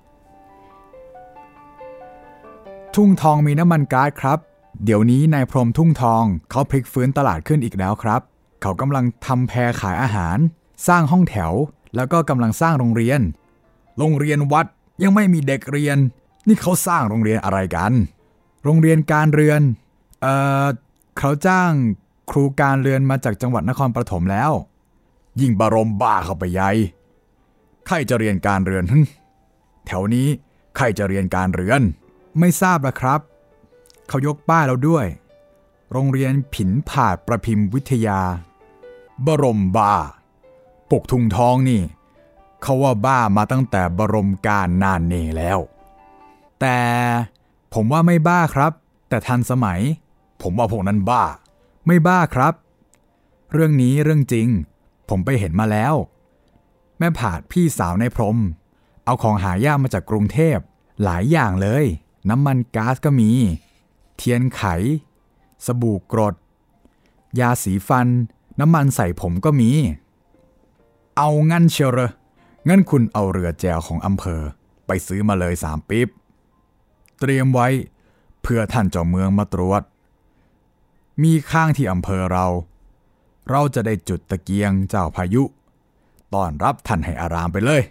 ทุ่งทองมีน้ำมันก๊าซครับเดี๋ยวนี้นายพรหมทุ่งทองเขาพลิกฟื้นตลาดขึ้นอีกแล้วครับเขากำลังทำแพขายอาหารสร้างห้องแถวแล้วก็กำลังสร้างโรงเรียนโรงเรียนวัดยังไม่มีเด็กเรียนนี่เขาสร้างโรงเรียนอะไรกันโรงเรียนการเรือนเอ่อเขาจ้างครูการเรือนมาจากจังหวัดนครปฐมแล้วยิ่งบรมบ้าเข้าไปใหญ่ใครจะเรียนการเรือนแถวนี้ใครจะเรียนการเรือนไม่ทราบละครับเขายกป้ายแล้วด้วยโรงเรียนผินผาดประพิมพ์วิทยาบรมบ้าปกทุ่งทองนี่เขาว่าบ้ามาตั้งแต่บรมกาลนานเนแล้วแต่ผมว่าไม่บ้าครับแต่ทันสมัยผมว่าพวกนั้นบ้าไม่บ้าครับเรื่องนี้เรื่องจริงผมไปเห็นมาแล้วแม่ผาดพี่สาวในพรหมเอาของหายากมาจากกรุงเทพหลายอย่างเลยน้ำมันก๊าซก็มีเทียนไขสบู่กรดยาสีฟันน้ำมันใส่ผมก็มีเอางั้นเชียวเหรองั้นคุณเอาเรือแจวของอำเภอไปซื้อมาเลยสามปิ๊บเตรียมไว้เพื่อท่านเจ้าเมืองมาตรวจมีข้างที่อำเภอเราเราจะได้จุดตะเกียงเจ้าพายุต้อนรับท่านให้อารามไปเลย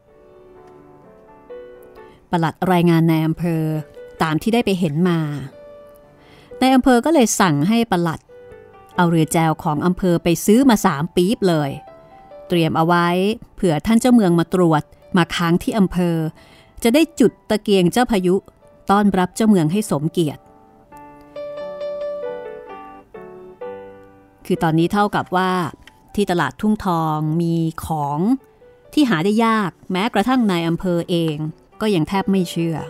ปลัดรายงานในอำเภอตามที่ได้ไปเห็นมาในอำเภอก็เลยสั่งให้ปลัดเอาเรือแจวของอำเภอไปซื้อมาสามปี๊บเลยเตรียมเอาไว้เผื่อท่านเจ้าเมืองมาตรวจมาค้างที่อำเภอจะได้จุดตะเกียงเจ้าพายุต้อนรับเจ้าเมืองให้สมเกียรติคือตอนนี้เท่ากับว่าที่ตลาดทุ่งทองมีของที่หาได้ยากแม้กระทั่งนายอำเภอเองก็ยังแทบไม่เชื่อ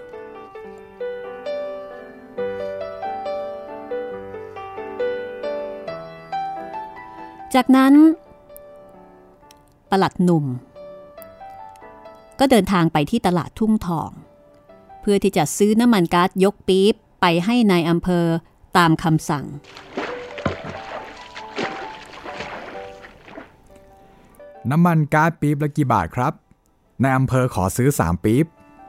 จากนั้นปลัดหนุ่มก็เดินทางไปที่ตลาดทุ่งทองเพื่อที่จะซื้อน้ำมันก๊าซยกปี๊บไปให้นายอำเภอตามคำสั่งน้ำมันก๊าซปี๊บละกี่บาทครับนายอำเภอขอซื้อสามปี๊บ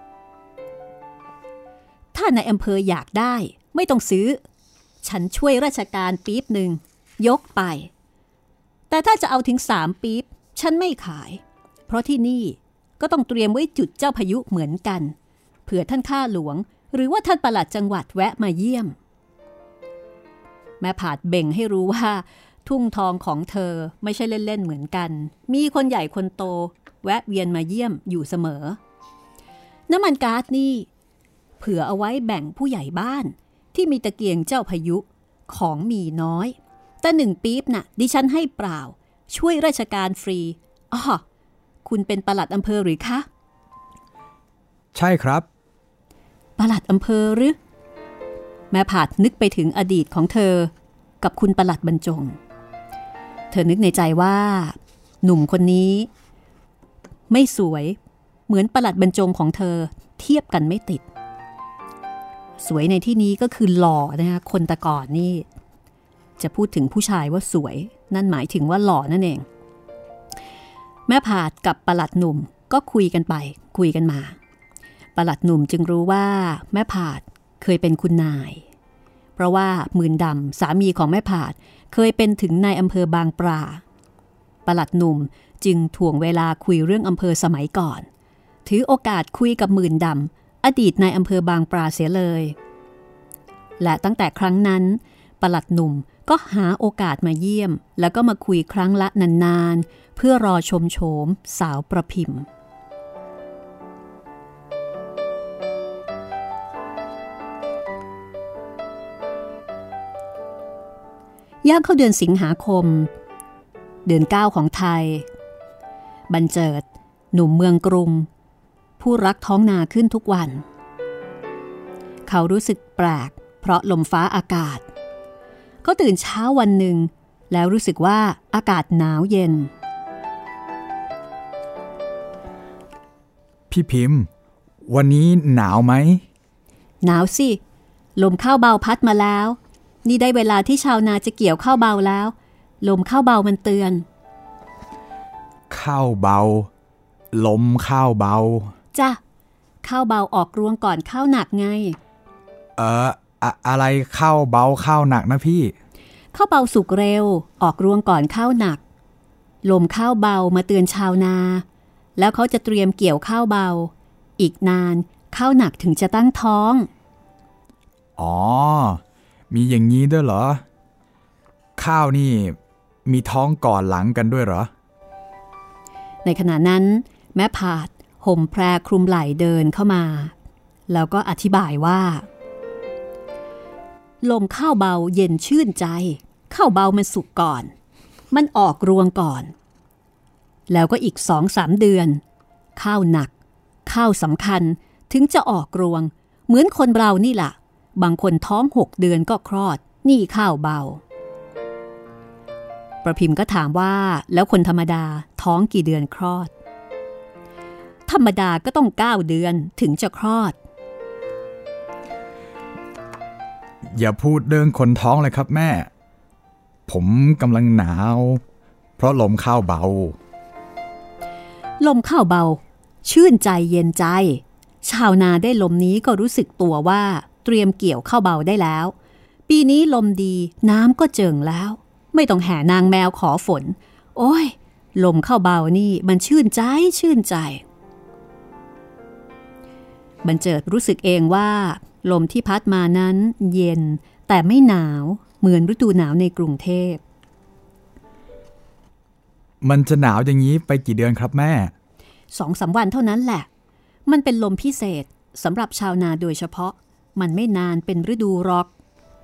ถ้านายอำเภออยากได้ไม่ต้องซื้อฉันช่วยราชการปี๊บหนึ่งยกไปแต่ถ้าจะเอาถึงสามปี๊บฉันไม่ขายเพราะที่นี่ก็ต้องเตรียมไว้จุดเจ้าพายุเหมือนกันเผื่อท่านข้าหลวงหรือว่าท่านปลัดจังหวัดแวะมาเยี่ยมแม่ผาดเบ่งให้รู้ว่าทุ่งทองของเธอไม่ใช่เล่นๆเหมือนกันมีคนใหญ่คนโตแวะเวียนมาเยี่ยมอยู่เสมอน้ำมันก๊าซนี่เผื่อเอาไว้แบ่งผู้ใหญ่บ้านที่มีตะเกียงเจ้าพายุของมีน้อยแต่หนึ่งปี๊บน่ะดิฉันให้เปล่าช่วยราชการฟรีอ้อคุณเป็นปลัดอำเภอหรือคะใช่ครับปลัดอำเภอหรือแม่ผาดนึกไปถึงอดีตของเธอกับคุณปลัดบรรจงเธอนึกในใจว่าหนุ่มคนนี้ไม่สวยเหมือนปลัดบรรจงของเธอเทียบกันไม่ติดสวยในที่นี้ก็คือหล่อนะคะคนแต่ก่อนนี่จะพูดถึงผู้ชายว่าสวยนั่นหมายถึงว่าหล่อนั่นเองแม่ผาดกับปลัดหนุ่มก็คุยกันไปคุยกันมาปลัดหนุ่มจึงรู้ว่าแม่ผาดเคยเป็นคุณนายเพราะว่าหมื่นดำสามีของแม่ผาดเคยเป็นถึงนายอำเภอบางปราปลัดหนุ่มจึงถ่วงเวลาคุยเรื่องอำเภอสมัยก่อนถือโอกาสคุยกับหมื่นดำอดีตนายอำเภอบางปราเสียเลยและตั้งแต่ครั้งนั้นปลัดหนุ่มก็หาโอกาสมาเยี่ยมแล้วก็มาคุยครั้งละนานๆเพื่อรอชมโฉมสาวประพิมพ์ย่างเข้าเดือนสิงหาคมเดือนเก้าของไทยบรรเจิดหนุ่มเมืองกรุงผู้รักท้องนาขึ้นทุกวันเขารู้สึกแปลกเพราะลมฟ้าอากาศก็ตื่นเช้าวันหนึ่งแล้วรู้สึกว่าอากาศหนาวเย็นพี่พิมพ์วันนี้หนาวไหมหนาวสิลมข้าวเบาพัดมาแล้วนี่ได้เวลาที่ชาวนาจะเกี่ยวข้าวเบาแล้วลมข้าวเบามันเตือนข้าวเบาลมข้าวเบาจ้ะข้าวเบาออกรวงก่อนข้าวหนักไงเอออะอะไรข้าวเบาข้าวหนักนะพี่ข้าวเบาสุกเร็วออกรวงก่อนข้าวหนักลมข้าวเบามาเตือนชาวนาแล้วเขาจะเตรียมเกี่ยวข้าวเบาอีกนานข้าวหนักถึงจะตั้งท้องอ๋อมีอย่างนี้ด้วยเหรอข้าวนี่มีท้องก่อนหลังกันด้วยเหรอในขณะนั้นแม่ผาดห่มแพรคลุมไหล่เดินเข้ามาแล้วก็อธิบายว่าลมข้าวเบาเย็นชื่นใจข้าวเบามันสุกก่อนมันออกรวงก่อนแล้วก็อีกสองสามเดือนข้าวหนักข้าวสำคัญถึงจะออกรวงเหมือนคนเรานี่ล่ะบางคนท้องหกเดือนก็คลอดนี่ข้าวเบาประพิมพ์ก็ถามว่าแล้วคนธรรมดาท้องกี่เดือนคลอดธรรมดาก็ต้องเก้าเดือนถึงจะคลอดอย่าพูดเรื่องคนท้องเลยครับแม่ผมกำลังหนาวเพราะลมข้าวเบาลมข้าวเบาชื่นใจเย็นใจชาวนาได้ลมนี้ก็รู้สึกตัวว่าเตรียมเกี่ยวข้าวเบาได้แล้วปีนี้ลมดีน้ำก็เจิ่งแล้วไม่ต้องแห่นางแมวขอฝนโอ้ยลมข้าวเบานี่มันชื่นใจชื่นใจบรรเจิดรู้สึกเองว่าลมที่พัดมานั้นเย็นแต่ไม่หนาวเหมือนฤดูหนาวในกรุงเทพมันจะหนาวอย่างนี้ไปกี่เดือนครับแม่สองสามวันเท่านั้นแหละมันเป็นลมพิเศษสำหรับชาวนาโดยเฉพาะมันไม่นานเป็นฤดูร้อน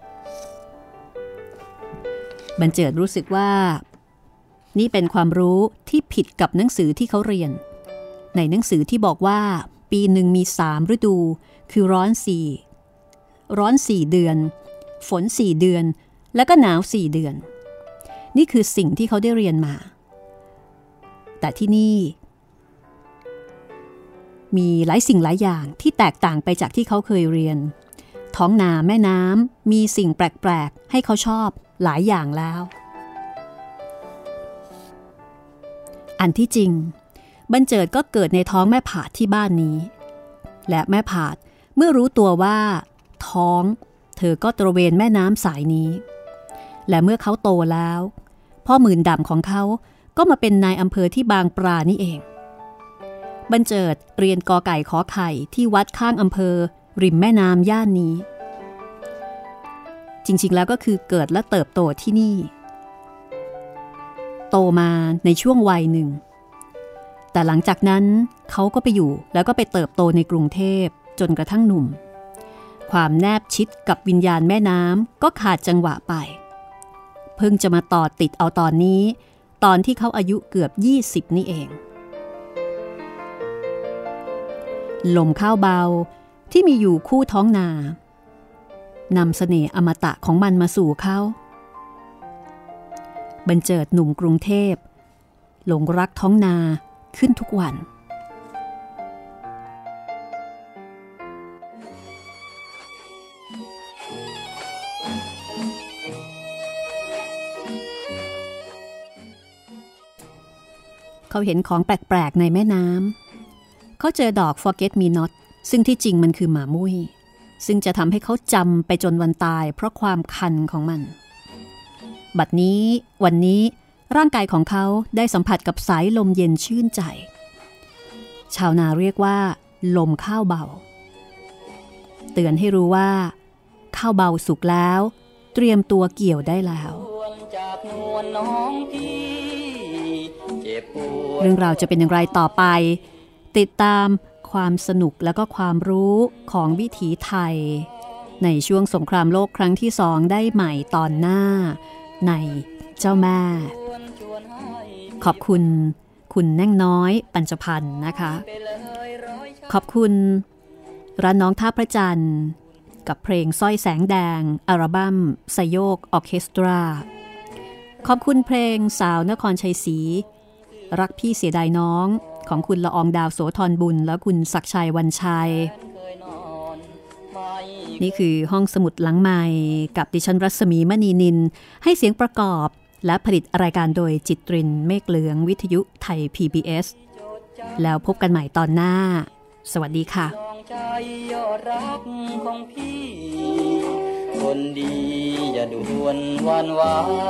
บรรเจิดรู้สึกว่านี่เป็นความรู้ที่ผิดกับหนังสือที่เขาเรียนในหนังสือที่บอกว่าปีหนึ่งมีสามฤดูคือร้อนสี่ร้อนสี่เดือนฝนสี่เดือนแล้วก็หนาวสี่เดือนนี่คือสิ่งที่เขาได้เรียนมาแต่ที่นี่มีหลายสิ่งหลายอย่างที่แตกต่างไปจากที่เขาเคยเรียนท้องนาแม่น้ำมีสิ่งแปลกๆให้เขาชอบหลายอย่างแล้วอันที่จริงบรรเจิดก็เกิดในท้องแม่ผาดที่บ้านนี้และแม่ผาดเมื่อรู้ตัวว่าท้องเธอก็ตระเวนแม่น้ำสายนี้และเมื่อเขาโตแล้วพ่อหมื่นดำของเขาก็มาเป็นนายอำเภอที่บางปรานี่เองบรรเจิดเรียนกอไก่ขอไข่ที่วัดข้างอำเภอริมแม่น้ำย่านนี้จริงๆแล้วก็คือเกิดและเติบโตที่นี่โตมาในช่วงวัยหนึ่งแต่หลังจากนั้นเขาก็ไปอยู่แล้วก็ไปเติบโตในกรุงเทพจนกระทั่งหนุ่มความแนบชิดกับวิญญาณแม่น้ำก็ขาดจังหวะไปเพิ่งจะมาต่อติดเอาตอนนี้ตอนที่เขาอายุเกือบยี่สิบนี่เองลมข้าวเบาที่มีอยู่คู่ท้องนานำเสน่ห์อมตะของมันมาสู่เขาบรรเจิดหนุ่มกรุงเทพหลงรักท้องนาขึ้นทุกวัน เเขาเห็นของแปลกๆในแม่น้ำเขาเจอดอก forget me not ซึ่งที่จริงมันคือหมามุ้ยซึ่งจะทำให้เขาจำไปจนวันตายเพราะความคันของมันบัดนี้วันนี้ร่างกายของเขาได้สัมผัสกับสายลมเย็นชื่นใจชาวนาเรียกว่าลมข้าวเบาเตือนให้รู้ว่าข้าวเบาสุกแล้วเตรียมตัวเกี่ยวได้แล้วเรื่องราวจะเป็นอย่างไรต่อไปติดตามความสนุกและก็ความรู้ของวิถีไทยในช่วงสงครามโลกครั้งที่สองได้ใหม่ตอนหน้าในเจ้าแม่ขอบคุณคุณแน่งน้อยปัญจพันธ์นะคะขอบคุณร้านน้องท่าพระจันทร์กับเพลงสร้อยแสงแดงอัลบั้มสยโยกออร์เคสตราขอบคุณเพลงสาวนครชัยศรีรักพี่เสียดายน้องของคุณละอองดาวโสธรบุญและคุณศักชัยวันชัยนี่คือห้องสมุดหลังใหม่กับดิฉันรัศมีมณีนินให้เสียงประกอบและผลิตรายการโดยจิตรินเมฆเหลืองวิทยุไทย พี บี เอส แล้วพบกันใหม่ตอนหน้าสวัสดีค่ะใจยอดรักของพี่คนดีอย่าด่วนหวั่นไหว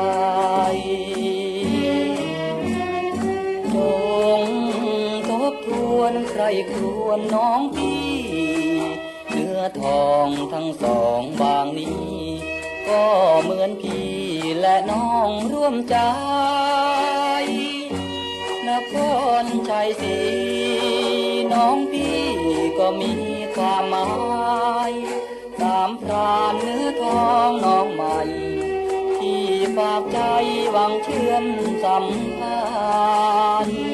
จงทบทวนใครครวญน้องพี่เนื้อทองทั้งสองบางนี้ก็เหมือนพี่และน้องร่วมใจนครชัยศรีน้องพี่ก็มีความหมายสามพรานเนื้อทองน้องใหม่ที่ฝากใจหวังเชื่อมสัมพันธ์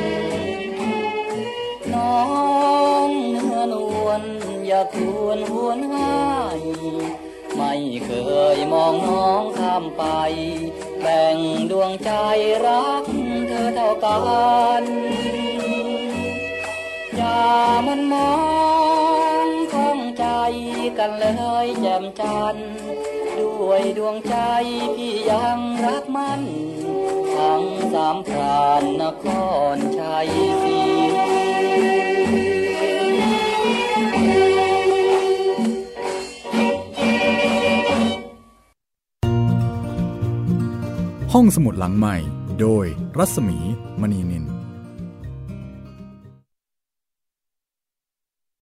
น้องเนื้อนวลอย่าควรหวนหายไม่เคยมองน้องข้ามไปแบ่งดวงใจรักเธอเท่ากันอย่ามันมองข้องใจกันเลยแจ่มจันทร์ด้วยดวงใจพี่ยังรักมันทั้งสามพรานนครชัยศรีห้องสมุดหลังใหม่โดยรัศมีมณีนิน